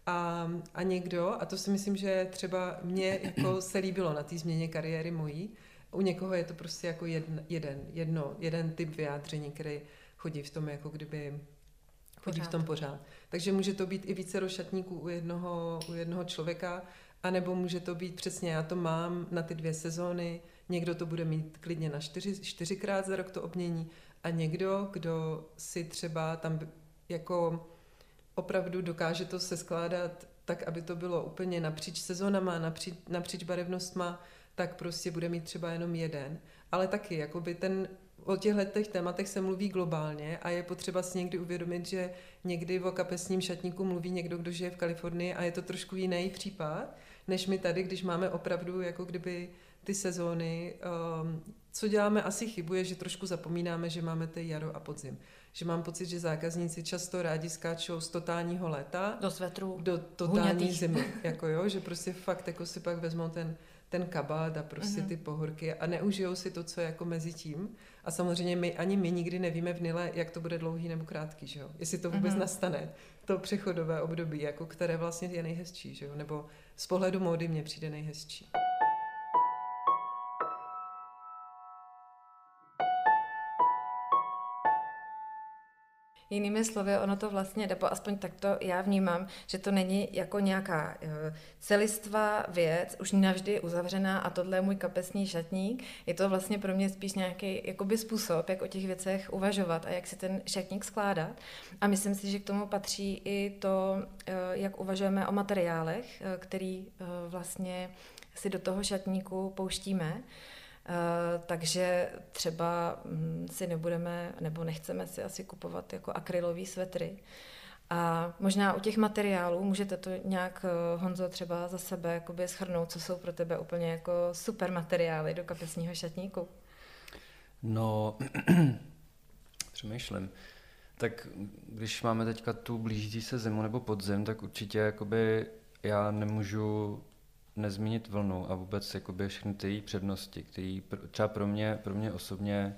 A, a někdo, a to si myslím, že třeba mě jako se líbilo na té změně kariéry mojí, u někoho je to prostě jako jeden, jeden, jedno, jeden typ vyjádření, který chodí v tom jako kdyby chodí v tom pořád. Takže může to být i více rošatníků u jednoho, u jednoho člověka, anebo může to být přesně, já to mám na ty dvě sezóny, někdo to bude mít klidně na čtyři, čtyřikrát za rok to obmění a někdo, kdo si třeba tam jako opravdu dokáže to se skládat tak, aby to bylo úplně napříč sezónama, napříč, napříč barevnostma, tak prostě bude mít třeba jenom jeden. Ale taky, jakoby ten, o těchto tématech se mluví globálně a je potřeba si někdy uvědomit, že někdy o kapesním šatníku mluví někdo, kdo žije v Kalifornii a je to trošku jiný případ, než my tady, když máme opravdu jako kdyby ty sezóny. Um, co děláme asi chybu je, že trošku zapomínáme, že máme ty jaro a podzim. Že mám pocit, že zákazníci často rádi skáčou z totálního léta do svetru, do totální zimy. Jako jo, že prostě fakt jako si pak vezmou ten, ten kabát a prostě mm-hmm. ty pohorky a neužijou si to, co je jako mezi tím. A samozřejmě my, ani my nikdy nevíme v Nile, jak to bude dlouhý nebo krátký, že jo? Jestli to vůbec mm-hmm. nastane, to přechodové období, jako které vlastně je nejhezčí, že jo? Nebo z pohledu módy mně přijde nejhezčí. Jinými slovy, ono to vlastně, nebo aspoň tak to já vnímám, že to není jako nějaká celistvá věc, už navždy uzavřená a tohle je můj kapesní šatník. Je to vlastně pro mě spíš nějaký jakoby způsob, jak o těch věcech uvažovat a jak si ten šatník skládat. A myslím si, že k tomu patří i to, jak uvažujeme o materiálech, který vlastně si do toho šatníku pouštíme. Uh, takže třeba um, si nebudeme, nebo nechceme si asi kupovat jako akrylový svetry. A možná u těch materiálů můžete to nějak, uh, Honzo, třeba za sebe jakoby shrnout, co jsou pro tebe úplně jako super materiály do kapesního šatníku. No, přemýšlím. Tak když máme teďka tu blížící se zimu nebo podzim, tak určitě jakoby já nemůžu nezmínit vlnu a vůbec jakoby všechny ty její přednosti, které třeba pro mě, pro mě osobně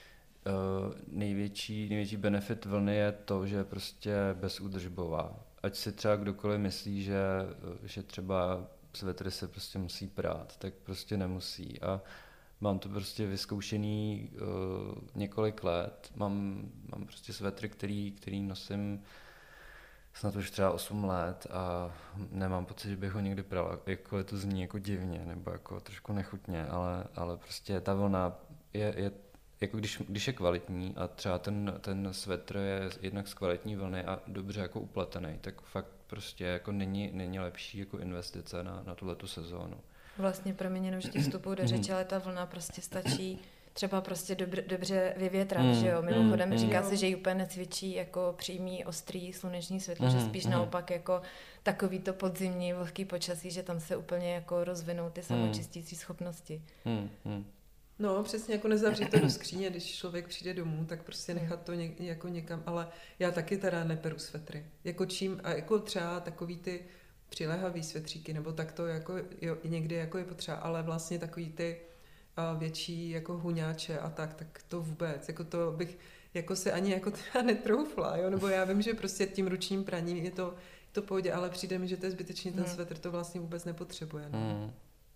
uh, největší, největší benefit vlny je to, že je prostě bezúdržbová. Ať si třeba kdokoliv myslí, že, že třeba svetry se prostě musí prát, tak prostě nemusí. A mám to prostě vyzkoušený uh, několik let. Mám, mám prostě svetry, který, který nosím snad už třeba osm let a nemám pocit, že bych ho někdy pral, jako to zní jako divně nebo jako trošku nechutně, ale, ale prostě ta vlna je, je jako když, když je kvalitní a třeba ten, ten svetr je jednak z kvalitní vlny a dobře jako upletený, tak fakt prostě jako není, není lepší jako investice na, na tuhletu sezónu. Vlastně proměněno, že ti vstupují do řeči, ale ta vlna prostě stačí třeba prostě dobře, dobře vyvětrat, mm, že jo. Mimochodem mm, říká mm. se, že ji úplně necvičí jako přímý, ostrý sluneční světlo, mm, že spíš mm. naopak jako takový to podzimní vlhký počasí, že tam se úplně jako rozvinou ty samočistící schopnosti. Mm, mm. No, přesně, jako nezavřít to do skříně, když člověk přijde domů, tak prostě nechat to ně, jako někam, ale já taky teda neperu svetry. Jako čím, a jako třeba takový ty přilehavý svetříky, nebo tak to jako, jo, někdy jako je potřeba, ale vlastně takový ty a větší jako huňáče a tak, tak to vůbec, jako to bych jako se ani jako třeba netroufla, jo, nebo já vím, že prostě tím ručním praním je to, to pohodě, ale přijde mi, že to je zbytečný, ten hmm. svetr to vlastně vůbec nepotřebuje. No. Hmm.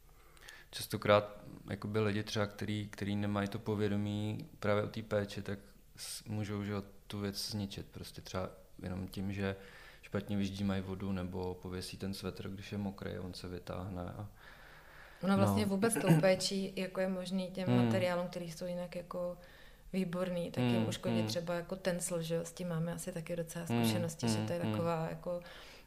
Častokrát jakoby lidi třeba, který, který nemají to povědomí právě o té péči, tak můžou že, tu věc zničit, prostě třeba jenom tím, že špatně vyždímají vodu nebo pověsí ten svetr, když je mokrý, on se vytáhne a ono vlastně no. vůbec tou péčí, jako je možný těm mm. materiálům, který jsou jinak jako výborný, tak jim mm. uškodí mm. třeba jako tencel, že jo, s tím máme asi taky docela zkušenosti, mm. že to je taková jako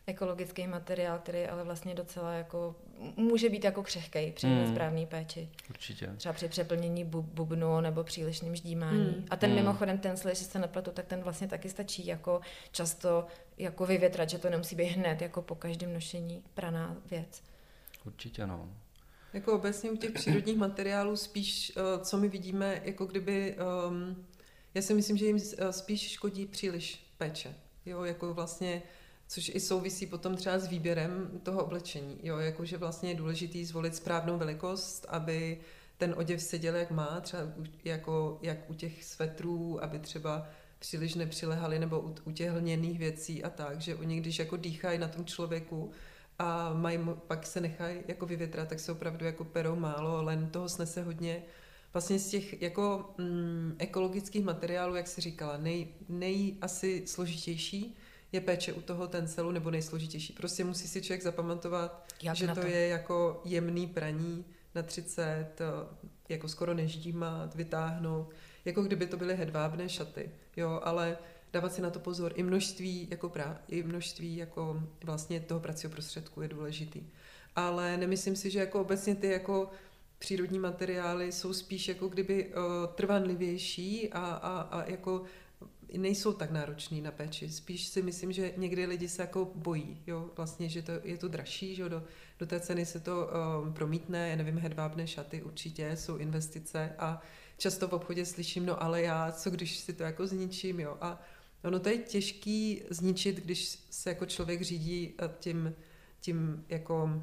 ekologický materiál, který ale vlastně docela jako může být jako křehkej při hmm. nesprávné péči. Určitě. Třeba při přeplnění bu- bubnu nebo přílišným ždímání. Hmm. A ten hmm. mimochodem, ten sliš, že se nepletu, tak ten vlastně taky stačí jako často jako vyvětrat, že to nemusí být hned jako po každém nošení praná věc. Určitě, no. Jako obecně u těch přírodních materiálů spíš, co my vidíme, jako kdyby, um, já si myslím, že jim spíš škodí příliš péče. Jo, jako vlastně, což i souvisí potom třeba s výběrem toho oblečení. Jo, jakože vlastně je důležitý zvolit správnou velikost, aby ten oděv seděl jak má, třeba jako, jak u těch svetrů, aby třeba příliš nepřilehali, nebo u, u těch lněných věcí a tak, že oni když jako dýchají na tom člověku a mají, pak se nechají jako vyvětrat, tak se opravdu jako perou málo, len toho snese hodně. Vlastně z těch jako mm, ekologických materiálů, jak jsi říkala, nej, nej asi složitější je péče u toho tencelu, nebo nejsložitější. Prostě musí si člověk zapamatovat, jak že to, to je jako jemný praní na třicet, jako skoro neždímat, vytáhnout, jako kdyby to byly hedvábné šaty, jo, ale dávat si na to pozor. I množství jako prá, i množství jako vlastně toho pracího prostředku je důležitý. Ale nemyslím si, že jako obecně ty jako přírodní materiály jsou spíš jako kdyby uh, trvanlivější a, a, a jako nejsou tak náročný na péči. Spíš si myslím, že někdy lidi se jako bojí, jo, vlastně, že to, je to dražší, že do, do té ceny se to um, promítne, já nevím, hedvábné šaty určitě jsou investice a často v obchodě slyším, no ale já, co když si to jako zničím, jo, a ono to je těžký zničit, když se jako člověk řídí tím, tím jako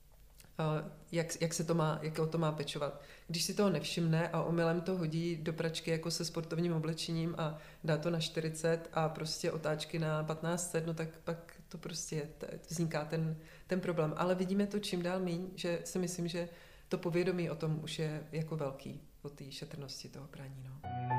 Jak, jak se to má, jak to má pečovat. Když si toho nevšimne a omylem to hodí do pračky jako se sportovním oblečením a dá to na čtyřicet a prostě otáčky na patnáct set, no tak pak to prostě vzniká ten, ten problém. Ale vidíme to čím dál míň, že si myslím, že to povědomí o tom už je jako velký, o té šetrnosti toho prání. No.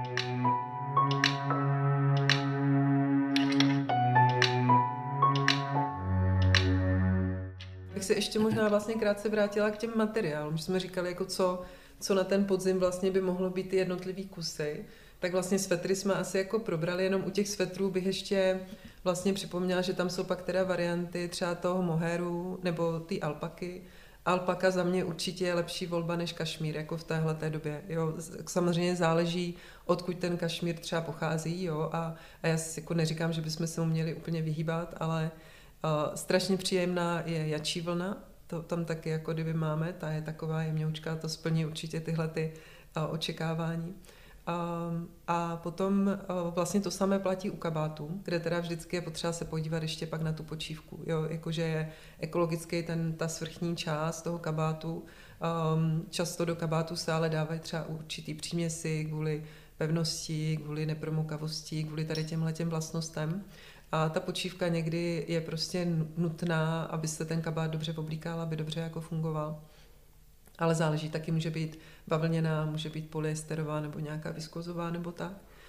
Tak se ještě možná vlastně krátce vrátila k těm materiálům, že jsme říkali, jako co, co na ten podzim vlastně by mohlo být ty jednotlivý kusy. Tak vlastně svetry jsme asi jako probrali, jenom u těch svetrů bych ještě vlastně připomněla, že tam jsou pak teda varianty třeba toho mohéru nebo ty alpaky. Alpaka za mě určitě je lepší volba než kašmír, jako v téhleté době. Jo. Samozřejmě záleží, odkud ten kašmír třeba pochází, jo, a, a já si jako neříkám, že bychom se mu měli úplně vyhýbat, ale Uh, strašně příjemná je jačí vlna, to tam taky jako kdyby máme, ta je taková jemňoučká, to splní určitě tyhle ty uh, očekávání. Uh, a potom uh, vlastně to samé platí u kabátů, kde teda vždycky je potřeba se podívat ještě pak na tu počívku, jo, jakože je ekologický ten, ta svrchní část toho kabátu. Um, často do kabátu se ale dávají třeba určitý příměsi kvůli pevnosti, kvůli nepromokavosti, kvůli tady těmhletěm vlastnostem. A ta počívka někdy je prostě nutná, aby se ten kabát dobře oblíkal, aby dobře jako fungoval. Ale záleží, taky může být bavlněná, může být polyesterová nebo nějaká viskozová nebo tak.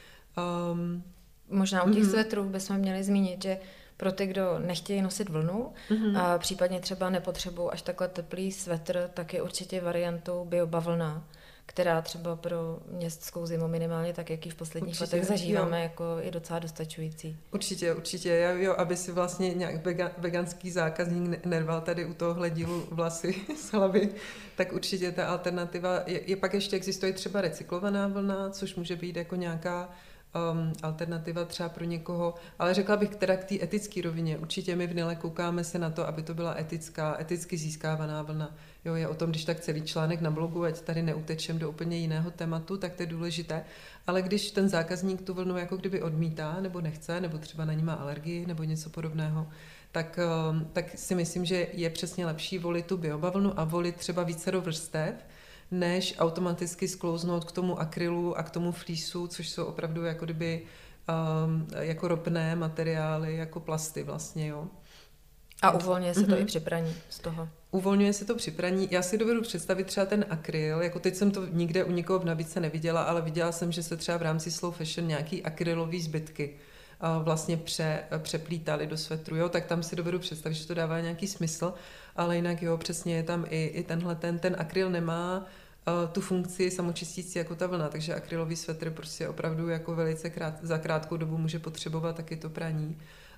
Um, Možná u těch mm-hmm. svetrů bychom měli zmínit, že pro ty, kdo nechtějí nosit vlnu mm-hmm. a případně třeba nepotřebují až takhle teplý svetr, tak je určitě variantou biobavlna, která třeba pro městskou zimu minimálně tak, jak ji v posledních určitě, letech zažíváme, jo. Jako je docela dostačující. Určitě, určitě. Jo, aby si vlastně nějak vega, veganský zákazník nerval tady u tohohle dílu vlasy z hlavy, tak určitě ta alternativa je, je pak ještě existuje třeba recyklovaná vlna, což může být jako nějaká um, alternativa třeba pro někoho, ale řekla bych teda k té etické rovině. Určitě my v Nile koukáme se na to, aby to byla etická, eticky získávaná vlna. Jo, je o tom, když tak celý článek na blogu, ať tady neutečem do úplně jiného tématu, tak to je důležité. Ale když ten zákazník tu vlnu jako kdyby odmítá, nebo nechce, nebo třeba na ní má alergii, nebo něco podobného, tak, tak si myslím, že je přesně lepší volit tu biobavlnu a volit třeba vícero vrstev, než automaticky sklouznout k tomu akrylu a k tomu flísu, což jsou opravdu jako kdyby um, jako ropné materiály, jako plasty vlastně, jo. A uvolňuje se to mm-hmm. i při praní z toho. Uvolňuje se to při praní. Já si dovedu představit třeba ten akryl, jako teď jsem to nikde u nikoho v nabídce neviděla, ale viděla jsem, že se třeba v rámci slow fashion nějaký akrylový zbytky vlastně pře, přeplítali do svetru, jo, tak tam si dovedu představit, že to dává nějaký smysl, ale jinak jo, přesně je tam i, i tenhle, ten, ten akryl nemá uh, tu funkci samočistící jako ta vlna, takže akrylový svetr prostě opravdu jako velice krát, za krátkou dobu může potřebovat taky to praní.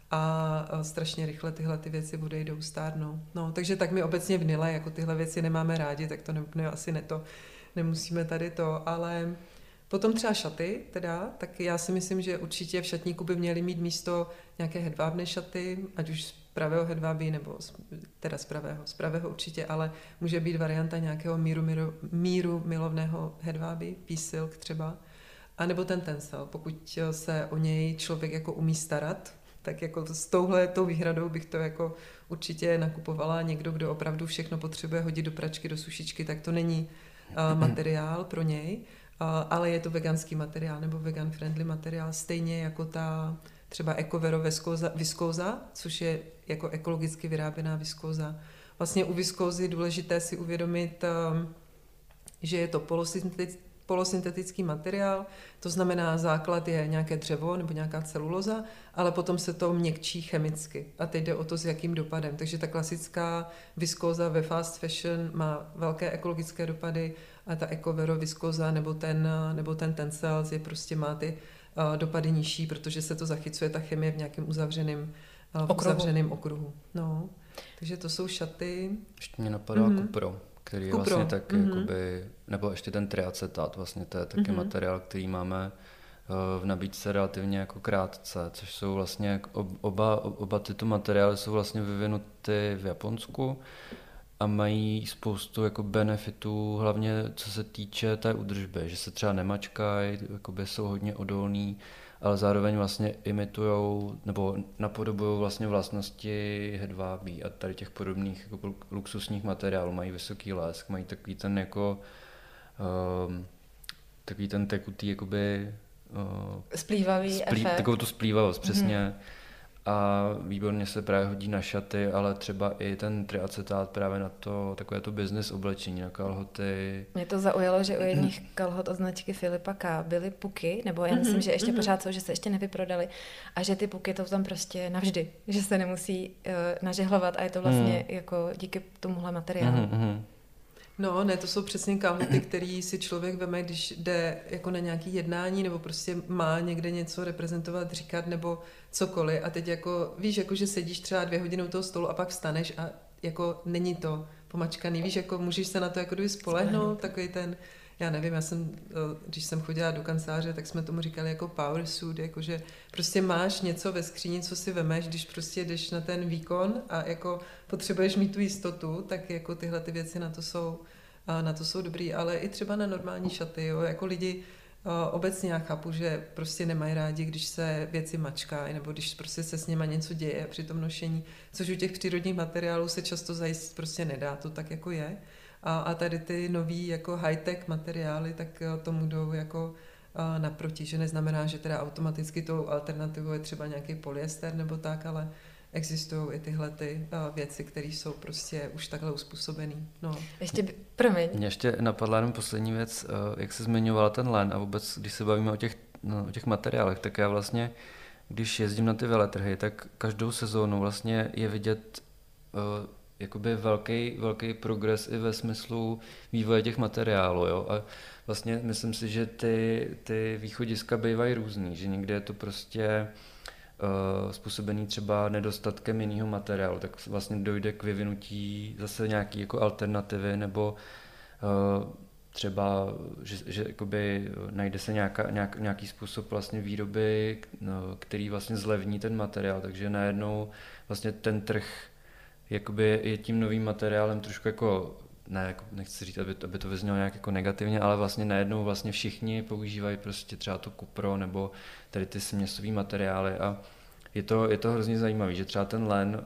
a strašně rychle tyhle ty věci odejdou, stárnou. No, takže tak my obecně v Nile jako tyhle věci nemáme rádi, tak to ne, ne, asi ne to, nemusíme tady to, ale potom třeba šaty, teda, tak já si myslím, že určitě v šatníku by měly mít místo nějaké hedvábné šaty, ať už z pravého hedvábí, nebo z, teda z pravého, z pravého určitě, ale může být varianta nějakého míru, míru, míru milovného hedvábí, písilk třeba, a nebo ten tencel, pokud se o něj člověk jako umí starat, tak jako s touhle tou výhradou bych to jako určitě nakupovala. Někdo, kdo opravdu všechno potřebuje hodit do pračky, do sušičky, tak to není uh, materiál pro něj, uh, ale je to veganský materiál nebo vegan friendly materiál, stejně jako ta třeba Ecovero viskóza, viskóza, což je jako ekologicky vyráběná viskóza. Vlastně u viskózy je důležité si uvědomit, um, že je to polosyntetický polosyntetický materiál, to znamená základ je nějaké dřevo nebo nějaká celuloza, ale potom se to měkčí chemicky. A teď jde o to, s jakým dopadem. Takže ta klasická viskóza ve fast fashion má velké ekologické dopady a ta Ecovero viskóza nebo ten, nebo ten tencel je prostě má ty uh, dopady nižší, protože se to zachycuje ta chemie v nějakém uzavřeném uh, v okruhu. uzavřeném okruhu. No. Takže to jsou šaty. Ještě mě napadá mm-hmm. kupro, který je Kupro. vlastně taky mm-hmm. jakoby, nebo ještě ten triacetát, vlastně to je taky mm-hmm. materiál, který máme v nabídce relativně jako krátce, což jsou vlastně oba, oba tyto materiály jsou vlastně vyvinuty v Japonsku a mají spoustu jako benefitů, hlavně co se týče té údržby, že se třeba nemačkají, jakoby jsou hodně odolný, ale zároveň vlastně imitujou nebo napodobují vlastně vlastnosti hedvábí a tady těch podobných jako luxusních materiálů. Mají vysoký lesk, mají takový ten jako um, takový ten tekutý jakoby uh, splývavý splý, efekt. Takovou tu splývavost, přesně. Hmm. A výborně se právě hodí na šaty, ale třeba i ten triacetát právě na to, takové to business oblečení, na kalhoty. Mě to zaujalo, že u jedných kalhot od značky Filipa K byly puky, nebo já myslím, že ještě pořád jsou, že se ještě nevyprodaly a že ty puky to tam prostě navždy, že se nemusí uh, nažehlovat a je to vlastně hmm. jako díky tomuhle materiálu. Hmm, hmm. No, ne, to jsou přesně kalhoty, který si člověk veme, když jde jako na nějaké jednání nebo prostě má někde něco reprezentovat, říkat nebo cokoliv a teď jako víš, jako že sedíš třeba dvě hodiny u toho stolu a pak vstaneš a jako není to pomačkaný, víš, jako můžeš se na to jako kdyby spolehnout, takový ten, já nevím, já jsem, když jsem chodila do kanceláře, tak jsme tomu říkali jako power suit, jakože prostě máš něco ve skříni, co si vemeš, když prostě jdeš na ten výkon a jako potřebuješ mít tu jistotu, tak jako tyhle ty věci na to jsou, na to jsou dobrý, ale i třeba na normální šaty, jo, jako lidi obecně já chápu, že prostě nemají rádi, když se věci mačkají, nebo když prostě se s nima něco děje při tom nošení, což u těch přírodních materiálů se často zajistit prostě nedá, to tak jako je. A, a tady ty nový jako high-tech materiály, tak tomu jdou jako a, naproti, že neznamená, že teda automaticky tou alternativou je třeba nějaký polyester nebo tak, ale existují i tyhle ty a, věci, které jsou prostě už takhle uspůsobený. No. Ještě, by, promiň. Mně ještě napadla jenom poslední věc, jak se zmiňovala ten len a vůbec, když se bavíme o těch, no, o těch materiálech, tak já vlastně, když jezdím na ty veletrhy, tak každou sezónu vlastně je vidět uh, jakoby velký, velký progres i ve smyslu vývoje těch materiálů, jo, a vlastně myslím si, že ty, ty východiska bývají různý, že někde je to prostě uh, způsobený třeba nedostatkem jiného materiálu, tak vlastně dojde k vyvinutí zase nějaký jako alternativy, nebo uh, třeba, že, že jakoby najde se nějaká, nějak, nějaký způsob vlastně výroby, no, který vlastně zlevní ten materiál, takže najednou vlastně ten trh jakoby je tím novým materiálem trošku jako, ne, jako nechci říct, aby to, aby to vyznělo nějak jako negativně, ale vlastně najednou vlastně všichni používají prostě třeba to kupro nebo tady ty směsové materiály a je to, je to hrozně zajímavé, že třeba ten len,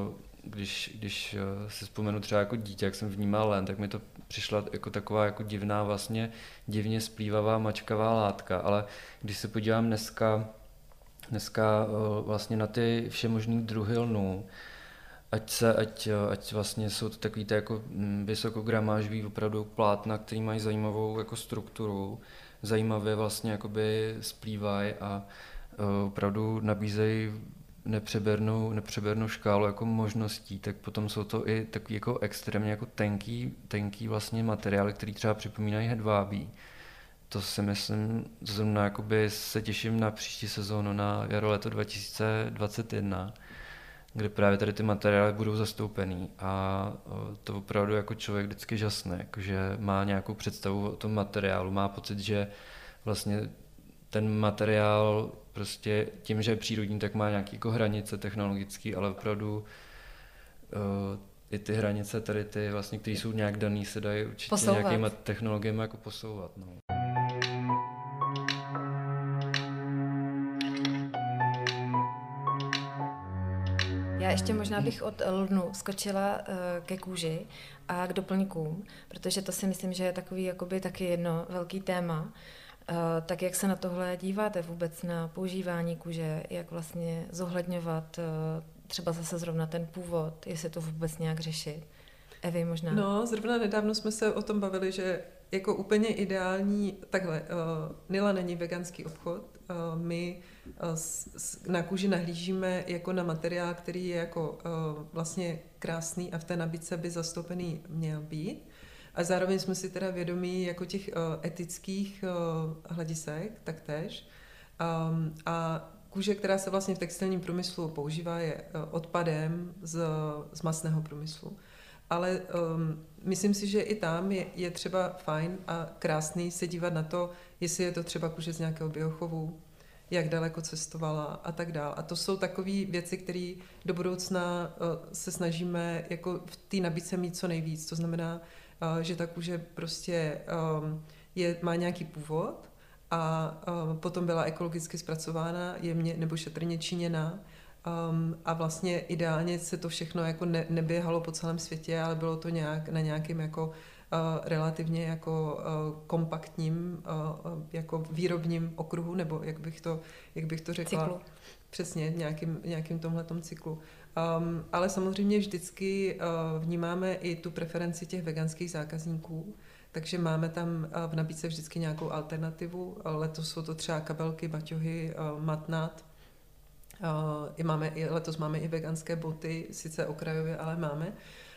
když, když si vzpomenu třeba jako dítě, jak jsem vnímal len, tak mi to přišla jako taková jako divná vlastně divně splývavá mačkavá látka, ale když se podívám dneska, dneska vlastně na ty všemožný druhy lnů, Ať, se, ať, ať vlastně jsou to takový ty jako vysokogramážový opravdu plátna, který mají zajímavou jako strukturu, zajímavě vlastně jakoby splývají a uh, opravdu nabízejí nepřebernou, nepřebernou škálu jako možností, tak potom jsou to i takový jako extrémně jako tenký, tenký vlastně materiály, který třeba připomínají hedvábí. to si myslím, zrovna jakoby se těším na příští sezónu, na jaro leto dva tisíce dvacet jedna, kde právě tady ty materiály budou zastoupený a to opravdu jako člověk vždycky žasne, jakože má nějakou představu o tom materiálu, má pocit, že vlastně ten materiál prostě tím, že je přírodní, tak má nějaké jako hranice technologické, ale opravdu uh, i ty hranice tady ty vlastně, které jsou nějak daný, se dají určitě posouvat. Nějakýma technologiemi jako posouvat. No. Já ještě možná bych od lnu skočila uh, ke kůži a k doplňkům, protože to si myslím, že je takový jakoby taky jedno velký téma. Uh, tak jak se na tohle díváte vůbec na používání kůže, jak vlastně zohledňovat uh, třeba zase zrovna ten původ, jestli to vůbec nějak řešit? Evi možná? No, zrovna nedávno jsme se o tom bavili, že jako úplně ideální, takhle, uh, Nila není veganský obchod, uh, my uh, s, s, na kůži nahlížíme jako na materiál, který je jako uh, vlastně krásný a v té nabídce by zastoupený měl být. A zároveň jsme si teda vědomí jako těch uh, etických uh, hledisek taktéž. Um, a kůže, která se vlastně v textilním průmyslu používá, je uh, odpadem z, z masného průmyslu. Ale um, myslím si, že i tam je, je třeba fajn a krásný se dívat na to, jestli je to třeba kůže z nějakého biochovu, jak daleko cestovala a tak dále. A to jsou takové věci, které do budoucna uh, se snažíme jako v té nabídce mít co nejvíc. To znamená, uh, že ta kůže prostě um, je, má nějaký původ a uh, potom byla ekologicky zpracována, jemně nebo šetrně činěná. Um, a vlastně ideálně se to všechno jako ne, neběhalo po celém světě, ale bylo to nějak na nějakým jako uh, relativně jako uh, kompaktním uh, jako výrobním okruhu, nebo jak bych to, jak bych to řekla. Cyklu. Přesně, v nějakým, nějakým tomhletom cyklu. Um, ale samozřejmě vždycky uh, vnímáme i tu preferenci těch veganských zákazníků, takže máme tam uh, v nabídce vždycky nějakou alternativu. Letos jsou to třeba kabelky, baťohy, uh, matnat. Uh, i máme, i letos máme i veganské boty, sice okrajově, ale máme.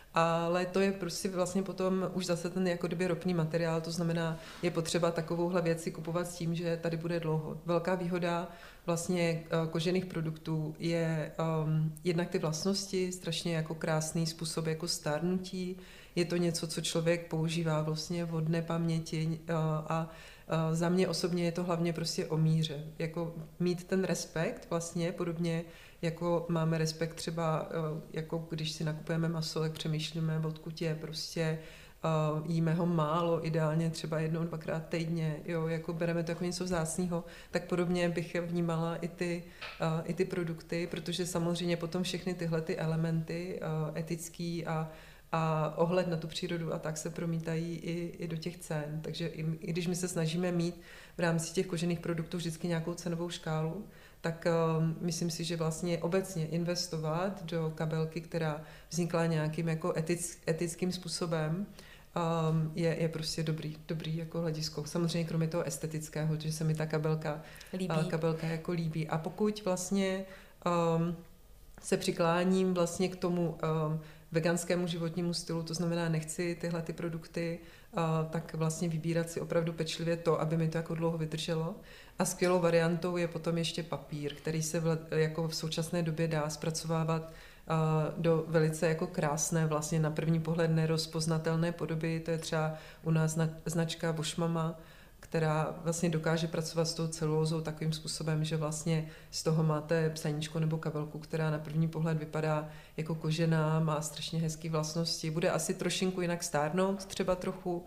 Ale to je prostě vlastně potom už zase ten jako kdyby ropný materiál, to znamená, je potřeba takovouhle věci kupovat s tím, že tady bude dlouho. Velká výhoda vlastně uh, kožených produktů je um, jednak ty vlastnosti, strašně jako krásný způsob jako stárnutí. Je to něco, co člověk používá vlastně od nepaměti uh, a Uh, za mě osobně je to hlavně prostě o míře. Jako mít ten respekt vlastně, podobně jako máme respekt třeba, uh, jako když si nakupujeme maso, tak přemýšlíme, odkud je, prostě uh, jíme ho málo, ideálně třeba jednou, dvakrát týdně, jo, jako bereme to jako něco vzácného, tak podobně bych vnímala i ty, uh, i ty produkty, protože samozřejmě potom všechny tyhle ty elementy uh, etický a a ohled na tu přírodu a tak se promítají i, i do těch cen. Takže i, i když my se snažíme mít v rámci těch kožených produktů vždycky nějakou cenovou škálu, tak uh, myslím si, že vlastně obecně investovat do kabelky, která vznikla nějakým jako etic, etickým způsobem, um, je, je prostě dobrý, dobrý jako hledisko. Samozřejmě kromě toho estetického, že se mi ta kabelka líbí, uh, kabelka jako líbí. A pokud vlastně um, se přikláním vlastně k tomu um, veganskému životnímu stylu, to znamená nechci tyhle ty produkty, uh, tak vlastně vybírat si opravdu pečlivě to, aby mi to jako dlouho vydrželo. A skvělou variantou je potom ještě papír, který se v, jako v současné době dá zpracovávat uh, do velice jako krásné, vlastně na první pohled nerozpoznatelné podoby. To je třeba u nás značka Vošmama, která vlastně dokáže pracovat s tou celulózou takovým způsobem, že vlastně z toho máte psaníčko nebo kabelku, která na první pohled vypadá jako kožená, má strašně hezké vlastnosti. Bude asi trošinku jinak stárnout, třeba trochu,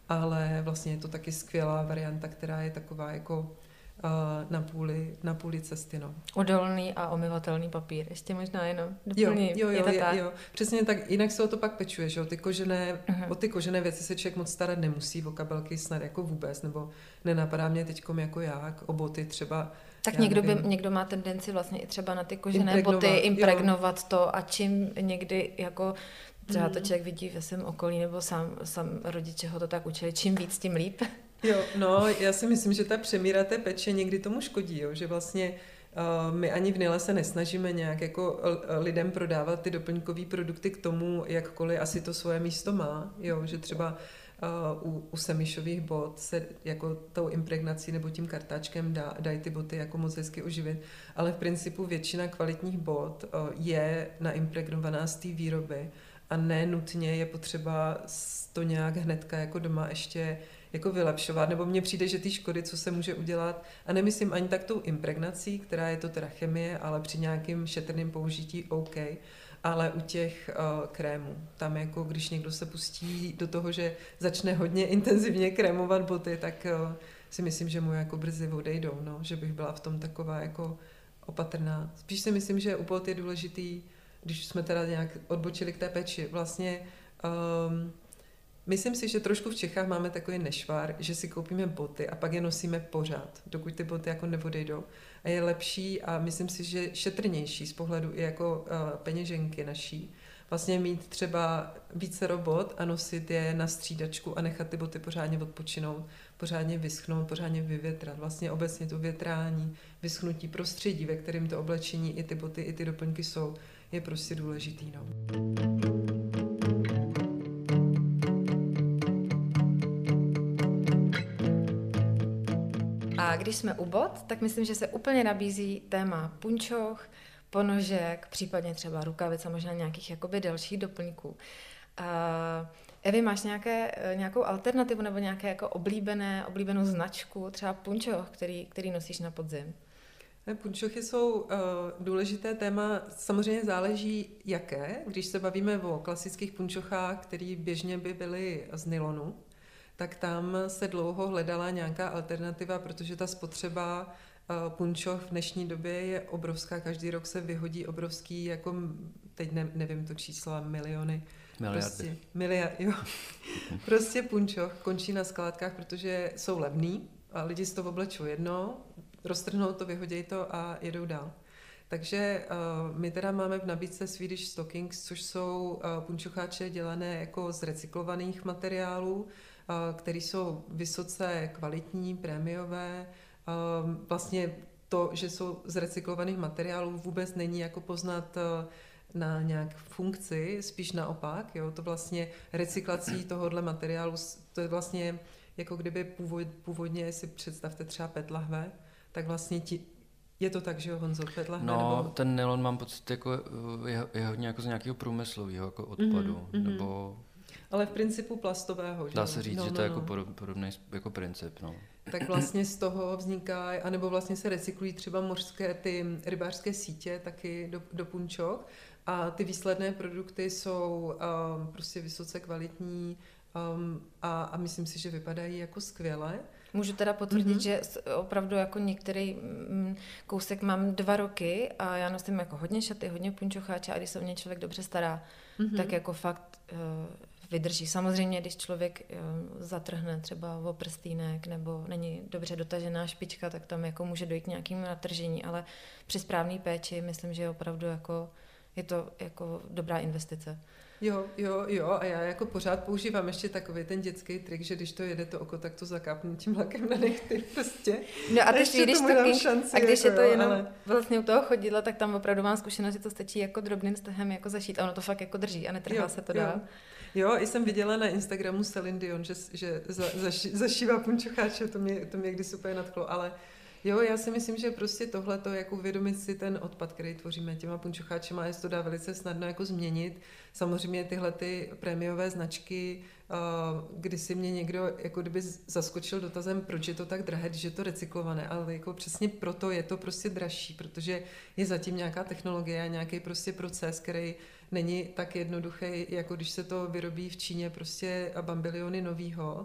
ale vlastně je to taky skvělá varianta, která je taková jako uh, na půli, na půli cesty. No. Odolný a omyvatelný papír, ještě možná jenom doplním. Jo, jo, je to je, tak? jo. Přesně tak, jinak se o to pak pečuje, že jo, ty kožené, uh-huh. o ty kožené věci se člověk moc starat nemusí, o kabelky snad jako vůbec, nebo nenapadá mě teďkom jako jak, o boty třeba. Tak někdo, by, někdo má tendenci vlastně i třeba na ty kožené impregnovat, boty impregnovat jo. to a čím někdy jako třeba mm. to člověk vidí ve svém okolí nebo sám, sám rodiče ho to tak učili, čím víc, tím líp. Jo, no, já si myslím, že ta přemíra té peče někdy tomu škodí, jo, že vlastně uh, my ani v Nile se nesnažíme nějak jako lidem prodávat ty doplňkové produkty k tomu, jakkoliv asi to svoje místo má, jo, že třeba uh, u, u semišových bot se jako tou impregnací nebo tím kartáčkem dá, dají ty boty jako moc hezky oživit, ale v principu většina kvalitních bot uh, je naimpregnovaná z té výroby a ne nutně je potřeba to nějak hnedka jako doma ještě jako vylepšovat, nebo mně přijde, že ty škody, co se může udělat, a nemyslím ani tak tou impregnací, která je to teda chemie, ale při nějakým šetrným použití OK, ale u těch uh, krémů, tam jako když někdo se pustí do toho, že začne hodně intenzivně krémovat boty, tak uh, si myslím, že mu jako brzy odejdou, no, že bych byla v tom taková jako opatrná. Spíš si myslím, že u bot je důležitý, když jsme teda nějak odbočili k té péči, vlastně um, myslím si, že trošku v Čechách máme takový nešvar, že si koupíme boty a pak je nosíme pořád, dokud ty boty jako neodejdou. A je lepší a myslím si, že šetrnější z pohledu i jako uh, peněženky naší. Vlastně mít třeba více robot a nosit je na střídačku a nechat ty boty pořádně odpočinout, pořádně vyschnout, pořádně vyvětrat. Vlastně obecně to větrání, vyschnutí prostředí, ve kterém to oblečení i ty boty, i ty doplňky jsou, je prostě důležitý. No. A když jsme u bot, tak myslím, že se úplně nabízí téma punčoch, ponožek, případně třeba rukavic a možná nějakých jakoby dalších doplňků. A Evi, máš nějaké, nějakou alternativu nebo nějaké jako oblíbené, oblíbenou značku, třeba punčoch, který, který nosíš na podzim? Punčochy jsou uh, důležité téma, samozřejmě záleží jaké. Když se bavíme o klasických punčochách, které běžně by byly z nylonu, tak tam se dlouho hledala nějaká alternativa, protože ta spotřeba uh, punčoch v dnešní době je obrovská. Každý rok se vyhodí obrovský, jako teď ne, nevím to číslo, miliony. Miliardy. Prostě, miliard, jo. Prostě punčoch končí na skládkách, protože jsou levný a lidi si to oblečou jedno, roztrhnou to, vyhodějí to a jedou dál. Takže uh, my teda máme v nabídce Swedish Stockings, což jsou uh, punčocháče dělané jako z recyklovaných materiálů, uh, které jsou vysoce kvalitní, prémiové. Uh, vlastně to, že jsou z recyklovaných materiálů, vůbec není jako poznat uh, na nějak funkci, spíš naopak. Jo? To vlastně recyklací tohohle materiálu, to je vlastně jako kdyby původ, původně si představte třeba PET lahve, tak vlastně ti, je to tak, že jo, Honzo, PET lahve? No, nebo... ten nylon mám pocit, jako je, je hodně jako z nějakého průmyslového jako odpadu, mm-hmm. nebo... Ale v principu plastového, že dá se říct, no, že no, to je no. jako podob, podobný jako princip, no. Tak vlastně z toho vzniká, anebo vlastně se recyklují třeba mořské, ty rybářské sítě taky do, do punčok a ty výsledné produkty jsou um, prostě vysoce kvalitní um, a, a myslím si, že vypadají jako skvěle. Můžu teda potvrdit, Mm-hmm. že opravdu jako některý kousek mám dva roky a já nosím jako hodně šaty, hodně punčocháče a když se o mě člověk dobře stará, mm-hmm. tak jako fakt uh, vydrží. Samozřejmě, když člověk uh, zatrhne třeba o prstýnek nebo není dobře dotažená špička, tak tam jako může dojít k nějakému natržení, ale při správné péči myslím, že je opravdu jako, je to jako dobrá investice. Jo, jo, jo, a já jako pořád používám ještě takový ten dětský trik, že když to jede to oko, tak to zakápnu tím lakem na nechty prostě. No a, teď, když to šanci, a když jako je to jo, jenom ale... vlastně u toho chodidla, tak tam opravdu mám zkušenost, že to stačí jako drobným stehem jako zašít a ono to fakt jako drží a netrhá jo, se to jo. dál. Jo, i jsem viděla na Instagramu Celine Dion, že, že za, zaši, zašívá punčocháče, to mě, to mě kdysi úplně nadchlo, ale jo, já si myslím, že prostě tohleto, jako uvědomit si ten odpad, který tvoříme těma punčocháčema, je to dá velice snadno jako změnit. Samozřejmě tyhle ty prémiové značky, kdy si mě někdo jako kdyby zaskočil dotazem, proč je to tak drahé, když je to recyklované, ale jako přesně proto je to prostě dražší, protože je zatím nějaká technologie a nějaký prostě proces, který není tak jednoduchý, jako když se to vyrobí v Číně prostě bambiliony novýho.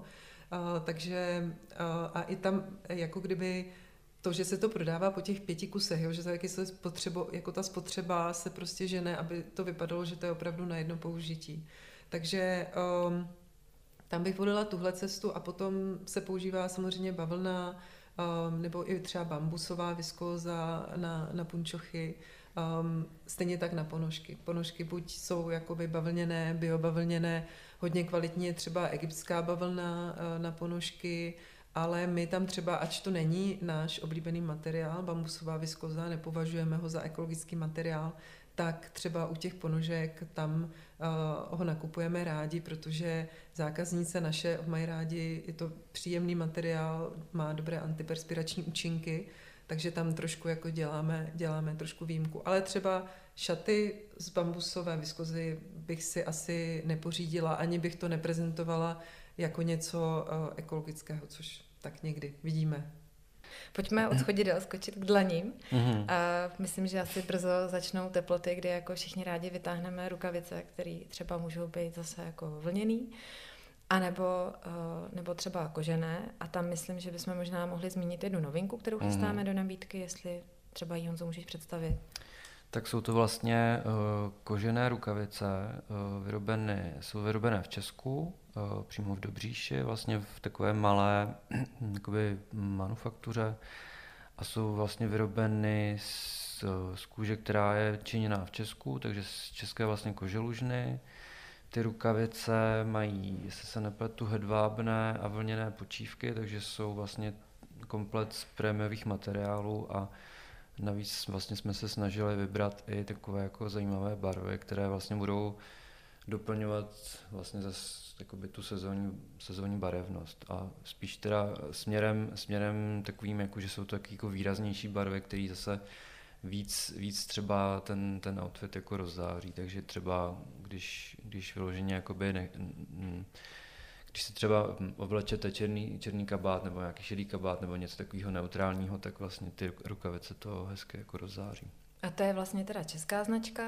Takže a i tam jako kdyby to, že se to prodává po těch pěti kusech, jo, že to taky se spotřebo, jako ta spotřeba se prostě žene, aby to vypadalo, že to je opravdu na jedno použití. Takže um, tam bych volila tuhle cestu a potom se používá samozřejmě bavlna um, nebo i třeba bambusová viskóza na, na punčochy, um, stejně tak na ponožky. Ponožky buď jsou jakoby bavlněné, biobavlněné, hodně kvalitní je třeba egyptská bavlna uh, na ponožky, ale my tam třeba, ač to není náš oblíbený materiál, bambusová viskoza, nepovažujeme ho za ekologický materiál, tak třeba u těch ponožek tam uh, ho nakupujeme rádi, protože zákaznice naše mají rádi, je to příjemný materiál, má dobré antiperspirační účinky, takže tam trošku jako děláme, děláme trošku výjimku. Ale třeba šaty z bambusové viskozy bych si asi nepořídila, ani bych to neprezentovala jako něco uh, ekologického, což tak někdy vidíme. Pojďme odchodit a skočit k dlaním. Mm-hmm. A myslím, že asi brzo začnou teploty, kdy jako všichni rádi vytáhneme rukavice, které třeba můžou být zase jako vlněný, anebo, nebo třeba kožené. A tam myslím, že bychom možná mohli zmínit jednu novinku, kterou chystáme mm-hmm. do nabídky, jestli třeba ji, Honzo, můžeš představit. Tak jsou to vlastně uh, kožené rukavice, uh, vyrobené, jsou vyrobené v Česku, uh, přímo v Dobříši, vlastně v takové malé jakoby, manufaktuře a jsou vlastně vyrobeny z, z kůže, která je činěná v Česku, takže z české vlastně koželužny. Ty rukavice mají, jestli se nepletu, hedvábné a vlněné počívky, takže jsou vlastně komplet z prémiových materiálů a navíc vlastně jsme se snažili vybrat i takové jako zajímavé barvy, které vlastně budou doplňovat vlastně zase jakoby tu sezónní, sezónní barevnost a spíš teda směrem, směrem takovým, jako, že jsou to taky jako výraznější barvy, které zase víc, víc třeba ten, ten outfit jako rozzáří, takže třeba když, když vyloženě jakoby ne, když si třeba oblečete černý, černý kabát nebo nějaký šedý kabát nebo něco takového neutrálního, tak vlastně ty rukavice to hezky jako rozzáří. A to je vlastně teda česká značka.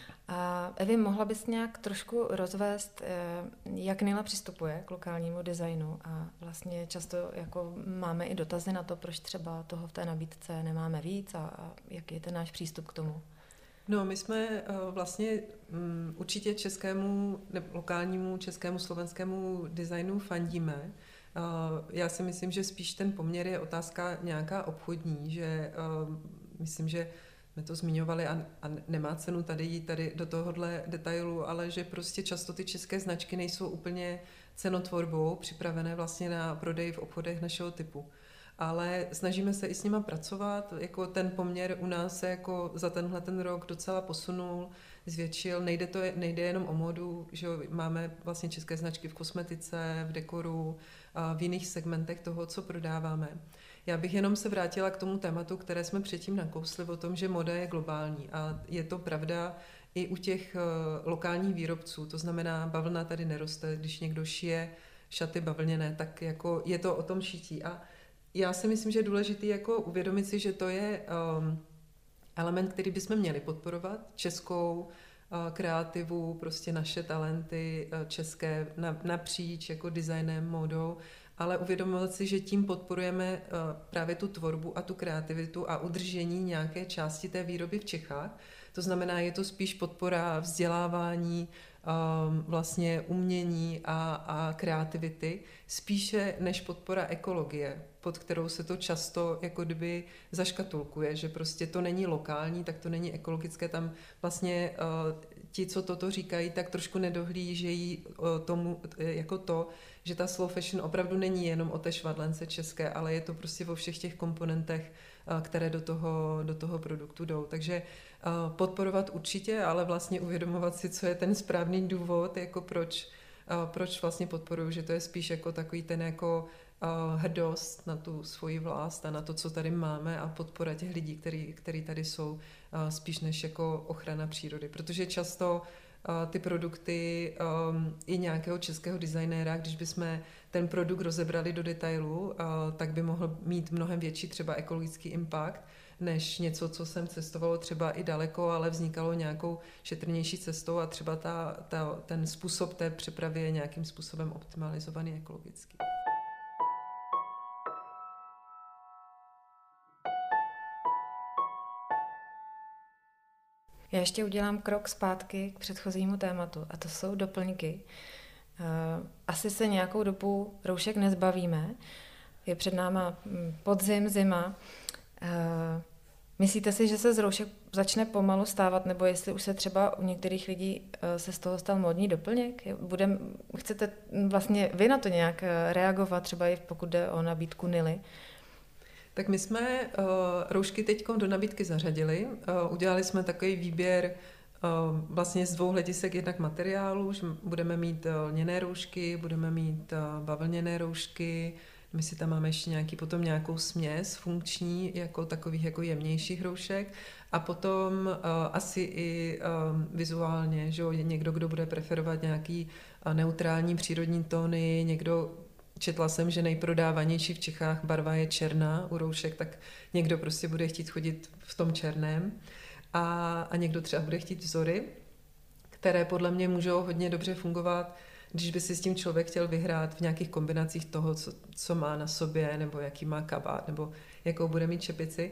A Evi, mohla bys nějak trošku rozvést, jak Nila přistupuje k lokálnímu designu a vlastně často jako máme i dotazy na to, proč třeba toho v té nabídce nemáme víc a, a jaký je ten náš přístup k tomu? No, my jsme uh, vlastně um, určitě českému, nebo lokálnímu českému, slovenskému designu fandíme. Uh, já si myslím, že spíš ten poměr je otázka nějaká obchodní, že uh, myslím, že jsme to zmiňovali a, a nemá cenu tady jít tady do tohohle detailu, ale že prostě často ty české značky nejsou úplně cenotvorbou připravené vlastně na prodej v obchodech našeho typu. Ale snažíme se i s nima pracovat, jako ten poměr u nás se jako za tenhle ten rok docela posunul, zvětšil, nejde, to, nejde jenom o modu, že máme vlastně české značky v kosmetice, v dekoru, a v jiných segmentech toho, co prodáváme. Já bych jenom se vrátila k tomu tématu, které jsme předtím nakousli, o tom, že moda je globální a je to pravda i u těch uh, lokálních výrobců, to znamená bavlna tady neroste, když někdo šije šaty bavlněné, tak jako je to o tom šití a já si myslím, že je důležité jako uvědomit si, že to je um, element, který bychom měli podporovat, českou uh, kreativu, prostě naše talenty uh, české na, napříč jako designem, módou, ale uvědomovat si, že tím podporujeme uh, právě tu tvorbu a tu kreativitu a udržení nějaké části té výroby v Čechách. To znamená, je to spíš podpora vzdělávání, um, vlastně umění a, a kreativity, spíše než podpora ekologie, pod kterou se to často jako kdyby zaškatulkuje, že prostě to není lokální, tak to není ekologické. Tam vlastně uh, ti, co toto říkají, tak trošku nedohlížejí uh, tomu jako to, že ta slow fashion opravdu není jenom o té švadlence české, ale je to prostě o všech těch komponentech, uh, které do toho, do toho produktu jdou. Takže uh, podporovat určitě, ale vlastně uvědomovat si, co je ten správný důvod, jako proč, uh, proč vlastně podporuju, že to je spíš jako takový ten jako Uh, hrdost na tu svoji vlast a na to, co tady máme a podpora těch lidí, který, který tady jsou, uh, spíš než jako ochrana přírody. Protože často uh, ty produkty um, i nějakého českého designéra, když bychom ten produkt rozebrali do detailu, uh, tak by mohl mít mnohem větší třeba ekologický impact, než něco, co jsem cestovalo třeba i daleko, ale vznikalo nějakou šetrnější cestou a třeba ta, ta, ten způsob té přepravy je nějakým způsobem optimalizovaný ekologicky. Já ještě udělám krok zpátky k předchozímu tématu a to jsou doplňky. Asi se nějakou dobu roušek nezbavíme. Je před náma podzim, zima. Myslíte si, že se z roušek začne pomalu stávat, nebo jestli už se třeba u některých lidí se z toho stal módní doplněk? Budem, chcete vlastně vy na to nějak reagovat, třeba i pokud jde o nabídku Nily? Tak my jsme uh, roušky teď do nabídky zařadili. Uh, udělali jsme takový výběr uh, vlastně z dvou hledisek jednak materiálu, že budeme mít uh, lněné roušky, budeme mít uh, bavlněné roušky, my si tam máme ještě nějaký, potom nějakou směs funkční, jako takových jako jemnějších roušek a potom uh, asi i um, vizuálně, že jo, je někdo, kdo bude preferovat nějaký uh, neutrální přírodní tóny, někdo, četla jsem, že nejprodávanější v Čechách barva je černá u roušek, tak někdo prostě bude chtít chodit v tom černém a, a někdo třeba bude chtít vzory, které podle mě můžou hodně dobře fungovat, když by si s tím člověk chtěl vyhrát v nějakých kombinacích toho, co, co má na sobě, nebo jaký má kabát, nebo jakou bude mít čepici.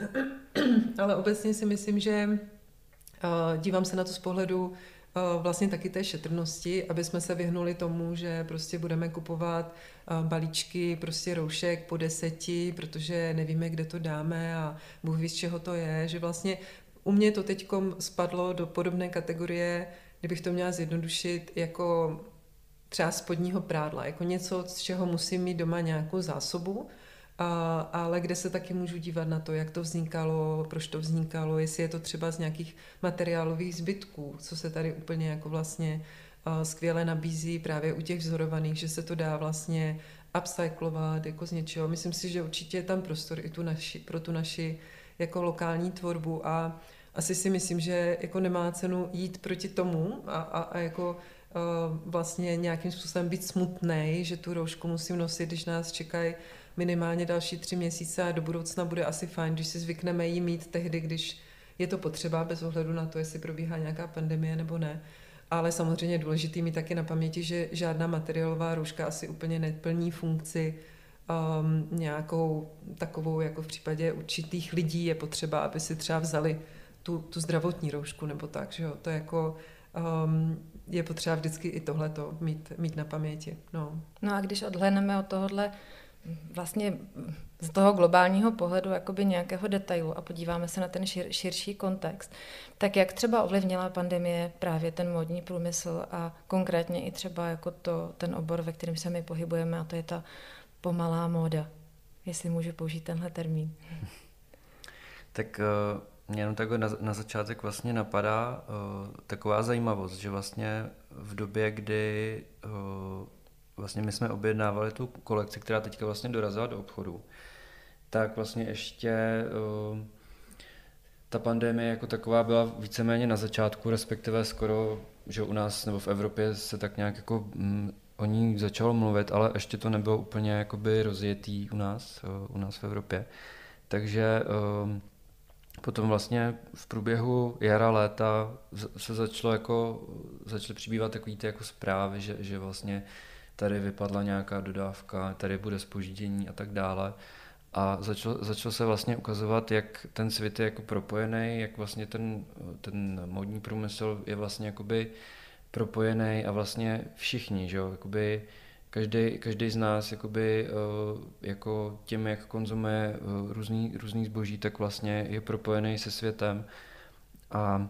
Ale obecně si myslím, že uh, dívám se na to z pohledu uh, vlastně taky té šetrnosti, aby jsme se vyhnuli tomu, že prostě budeme kupovat uh, balíčky prostě roušek po deseti, protože nevíme, kde to dáme a Bůh ví, z čeho to je, že vlastně u mě to teďkom spadlo do podobné kategorie, kdybych to měla zjednodušit, jako třeba spodního prádla, jako něco, z čeho musím mít doma nějakou zásobu, a, ale kde se taky můžu dívat na to, jak to vznikalo, proč to vznikalo, jestli je to třeba z nějakých materiálových zbytků, co se tady úplně jako vlastně uh, skvěle nabízí právě u těch vzorovaných, že se to dá vlastně upcyklovat jako z něčeho. Myslím si, že určitě je tam prostor i tu naši, pro tu naši jako lokální tvorbu a asi si myslím, že jako nemá cenu jít proti tomu a, a, a jako uh, vlastně nějakým způsobem být smutnej, že tu roušku musím nosit, když nás čekají minimálně další tři měsíce a do budoucna bude asi fajn, když si zvykneme jí mít tehdy, když je to potřeba, bez ohledu na to, jestli probíhá nějaká pandemie nebo ne. Ale samozřejmě důležitý mít taky na paměti, že žádná materiálová rouška asi úplně neplní funkci um, nějakou takovou, jako v případě určitých lidí je potřeba, aby si třeba vzali tu, tu zdravotní roušku nebo tak, že jo, to jako um, je potřeba vždycky i tohleto mít, mít na paměti. No. No a když odhlédneme od tohohle vlastně z toho globálního pohledu jakoby nějakého detailu a podíváme se na ten šir, širší kontext, tak jak třeba ovlivnila pandemie právě ten módní průmysl a konkrétně i třeba jako to, ten obor, ve kterém se my pohybujeme, a to je ta pomalá móda, jestli můžu použít tenhle termín. Tak uh, mě jenom takhle na, na začátek vlastně napadá uh, taková zajímavost, že vlastně v době, kdy uh, vlastně my jsme objednávali tu kolekci, která teďka vlastně dorazila do obchodu, tak vlastně ještě uh, ta pandemie jako taková byla víceméně na začátku, respektive skoro, že u nás nebo v Evropě se tak nějak jako mm, o ní začalo mluvit, ale ještě to nebylo úplně jakoby rozjetý u nás, uh, u nás v Evropě. Takže uh, potom vlastně v průběhu jara, léta se začalo jako, začaly přibývat takový ty jako zprávy, že, že vlastně tady vypadla nějaká dodávka, tady bude zpoždění a tak dále. A začalo, začalo se vlastně ukazovat, jak ten svět je jako propojený, jak vlastně ten, ten módní průmysl je vlastně jakoby propojený a vlastně všichni, že jo, jakoby každý, každý z nás jakoby jako tím, jak konzumuje různý, různý zboží, tak vlastně je propojený se světem. A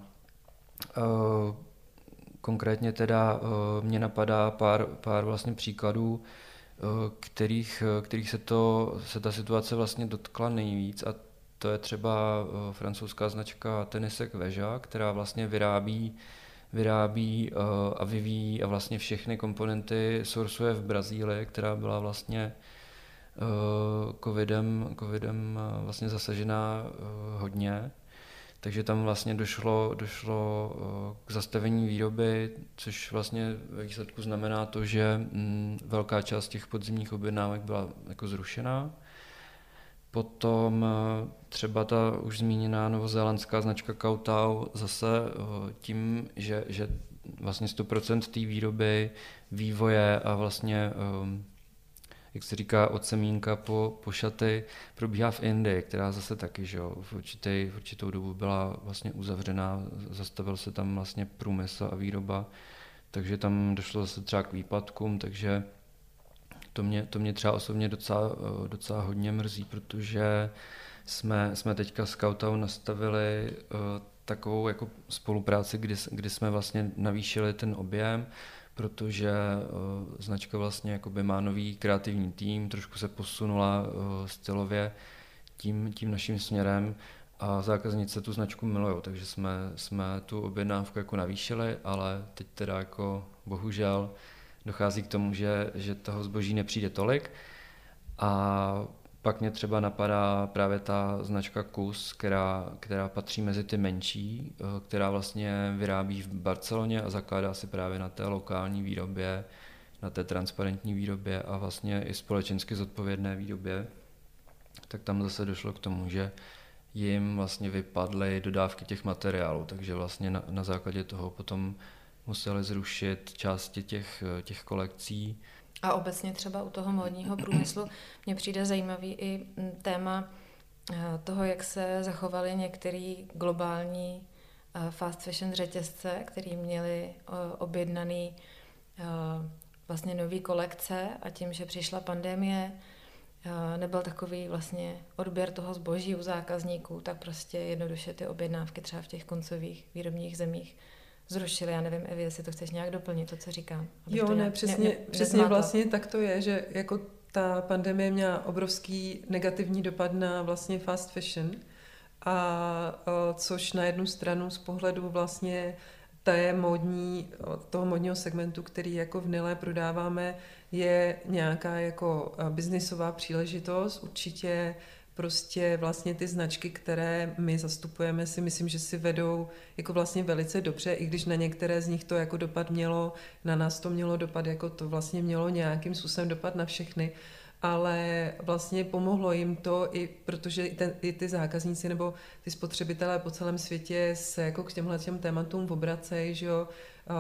konkrétně teda uh, mě napadá pár, pár vlastně příkladů, uh, kterých, kterých se, to, se ta situace vlastně dotkla nejvíc, a to je třeba uh, francouzská značka tenisek Veja, která vlastně vyrábí, vyrábí uh, a vyvíjí a vlastně všechny komponenty sourcuje v Brazílii, která byla vlastně uh, covidem, covidem uh, vlastně zasažená uh, hodně. Takže tam vlastně došlo, došlo k zastavení výroby, což vlastně ve výsledku znamená to, že mm, velká část těch podzimních objednávek byla jako zrušená. Potom třeba ta už zmíněná novozélandská značka Kautau zase tím, že, že vlastně sto procent té výroby, vývoje a vlastně jak se říká, od semínka po, po šaty, probíhá v Indii, která zase taky, že jo, v, určitý, v určitou dobu byla vlastně uzavřená, zastavil se tam vlastně průmysl a výroba, takže tam došlo zase třeba k výpadkům, takže to mě, to mě třeba osobně docela, docela hodně mrzí, protože jsme, jsme teďka s Kautau nastavili uh, takovou jako spolupráci, kdy, kdy jsme vlastně navýšili ten objem, protože uh, značka vlastně jakoby má nový kreativní tým, trošku se posunula uh, stylově tím, tím naším směrem a zákaznice tu značku milujou, takže jsme, jsme tu objednávku jako navýšili, ale teď teda jako bohužel dochází k tomu, že, že toho zboží nepřijde tolik a pak mě třeba napadá právě ta značka Kus, která, která patří mezi ty menší, která vlastně vyrábí v Barceloně a zakládá si právě na té lokální výrobě, na té transparentní výrobě a vlastně i společensky zodpovědné výrobě. Tak tam zase došlo k tomu, že jim vlastně vypadly dodávky těch materiálů, takže vlastně na, na základě toho potom museli zrušit části těch, těch kolekcí. A obecně třeba u toho módního průmyslu mně přijde zajímavý i téma toho, jak se zachovaly některé globální fast fashion řetězce, které měly objednaný vlastně nový kolekce a tím, že přišla pandemie, nebyl takový vlastně odběr toho zboží u zákazníků, tak prostě jednoduše ty objednávky třeba v těch koncových výrobních zemích zrušili. Já nevím, Evi, jestli to chceš nějak doplnit, to, co říkám. Jo, ne, nějak, přesně, ne, ne, přesně vlastně tak to je, že jako ta pandemie měla obrovský negativní dopad na vlastně fast fashion, a, a což na jednu stranu z pohledu vlastně té módní, toho módního segmentu, který jako v Nile prodáváme, je nějaká jako biznisová příležitost. Určitě prostě vlastně ty značky, které my zastupujeme, si myslím, že si vedou jako vlastně velice dobře, i když na některé z nich to jako dopad mělo, na nás to mělo dopad, jako to vlastně mělo nějakým způsobem dopad na všechny, ale vlastně pomohlo jim to, i protože i, ten, i ty zákazníci nebo ty spotřebitelé po celém světě se jako k těmhle těm tématům obracejí, že jo,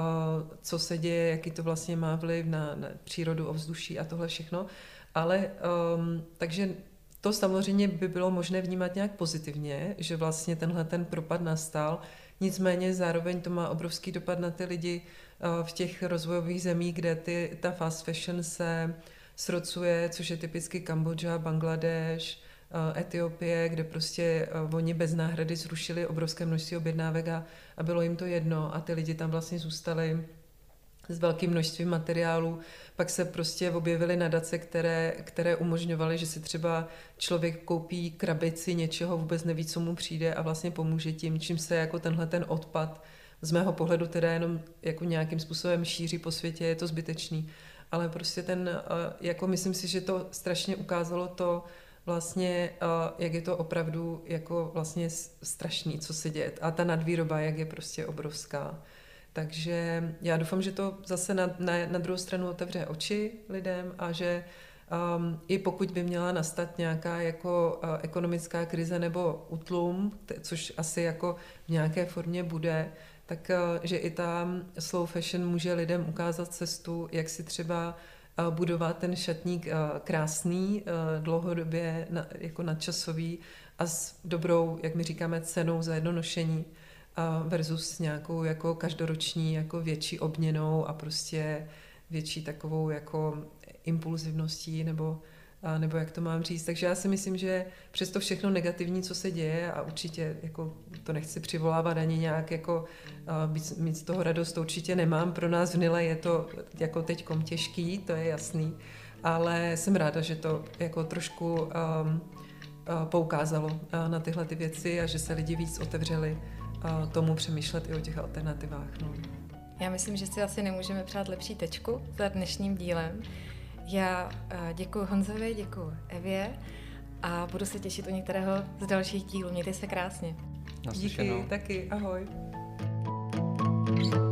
co se děje, jaký to vlastně má vliv na, na přírodu, ovzduší a tohle všechno. Ale um, takže to samozřejmě by bylo možné vnímat nějak pozitivně, že vlastně tenhle ten propad nastal. Nicméně zároveň to má obrovský dopad na ty lidi uh, v těch rozvojových zemích, kde ty, ta fast fashion se srocuje, což je typicky Kambodža, Bangladeš, Etiopie, kde prostě oni bez náhrady zrušili obrovské množství objednávek a, a bylo jim to jedno a ty lidi tam vlastně zůstali s velkým množstvím materiálů. Pak se prostě objevily nadace, které, které umožňovaly, že si třeba člověk koupí krabici něčeho, vůbec neví, co mu přijde a vlastně pomůže tím, čím se jako tenhle ten odpad z mého pohledu teda jenom jako nějakým způsobem šíří po světě, je to zbytečný. Ale prostě ten, jako myslím si, že to strašně ukázalo to vlastně, jak je to opravdu jako vlastně strašný, co se děje. A ta nadvýroba, jak je prostě obrovská. Takže já doufám, že to zase na, na, na druhou stranu otevře oči lidem a že um, i pokud by měla nastat nějaká jako uh, ekonomická krize nebo útlum, t- což asi jako v nějaké formě bude, tak uh, že i ta slow fashion může lidem ukázat cestu, jak si třeba uh, budovat ten šatník uh, krásný, uh, dlouhodobě na, jako nadčasový a s dobrou, jak my říkáme, cenou za jedno nošení versus nějakou jako každoroční jako větší obměnou a prostě větší takovou jako impulzivností nebo, nebo jak to mám říct. Takže já si myslím, že přes to všechno negativní, co se děje a určitě jako to nechci přivolávat ani nějak jako být, mít z toho radost, to určitě nemám. Pro nás v Nile je to jako teďkom těžký, to je jasný, ale jsem ráda, že to jako trošku um, poukázalo na tyhle ty věci a že se lidi víc otevřeli tomu přemýšlet i o těch alternativách. No. Já myslím, že si asi nemůžeme přát lepší tečku za dnešním dílem. Já děkuji Honzovi, děkuji Evě a budu se těšit u některého z dalších dílů. Mějte se krásně. Díky, taky, ahoj.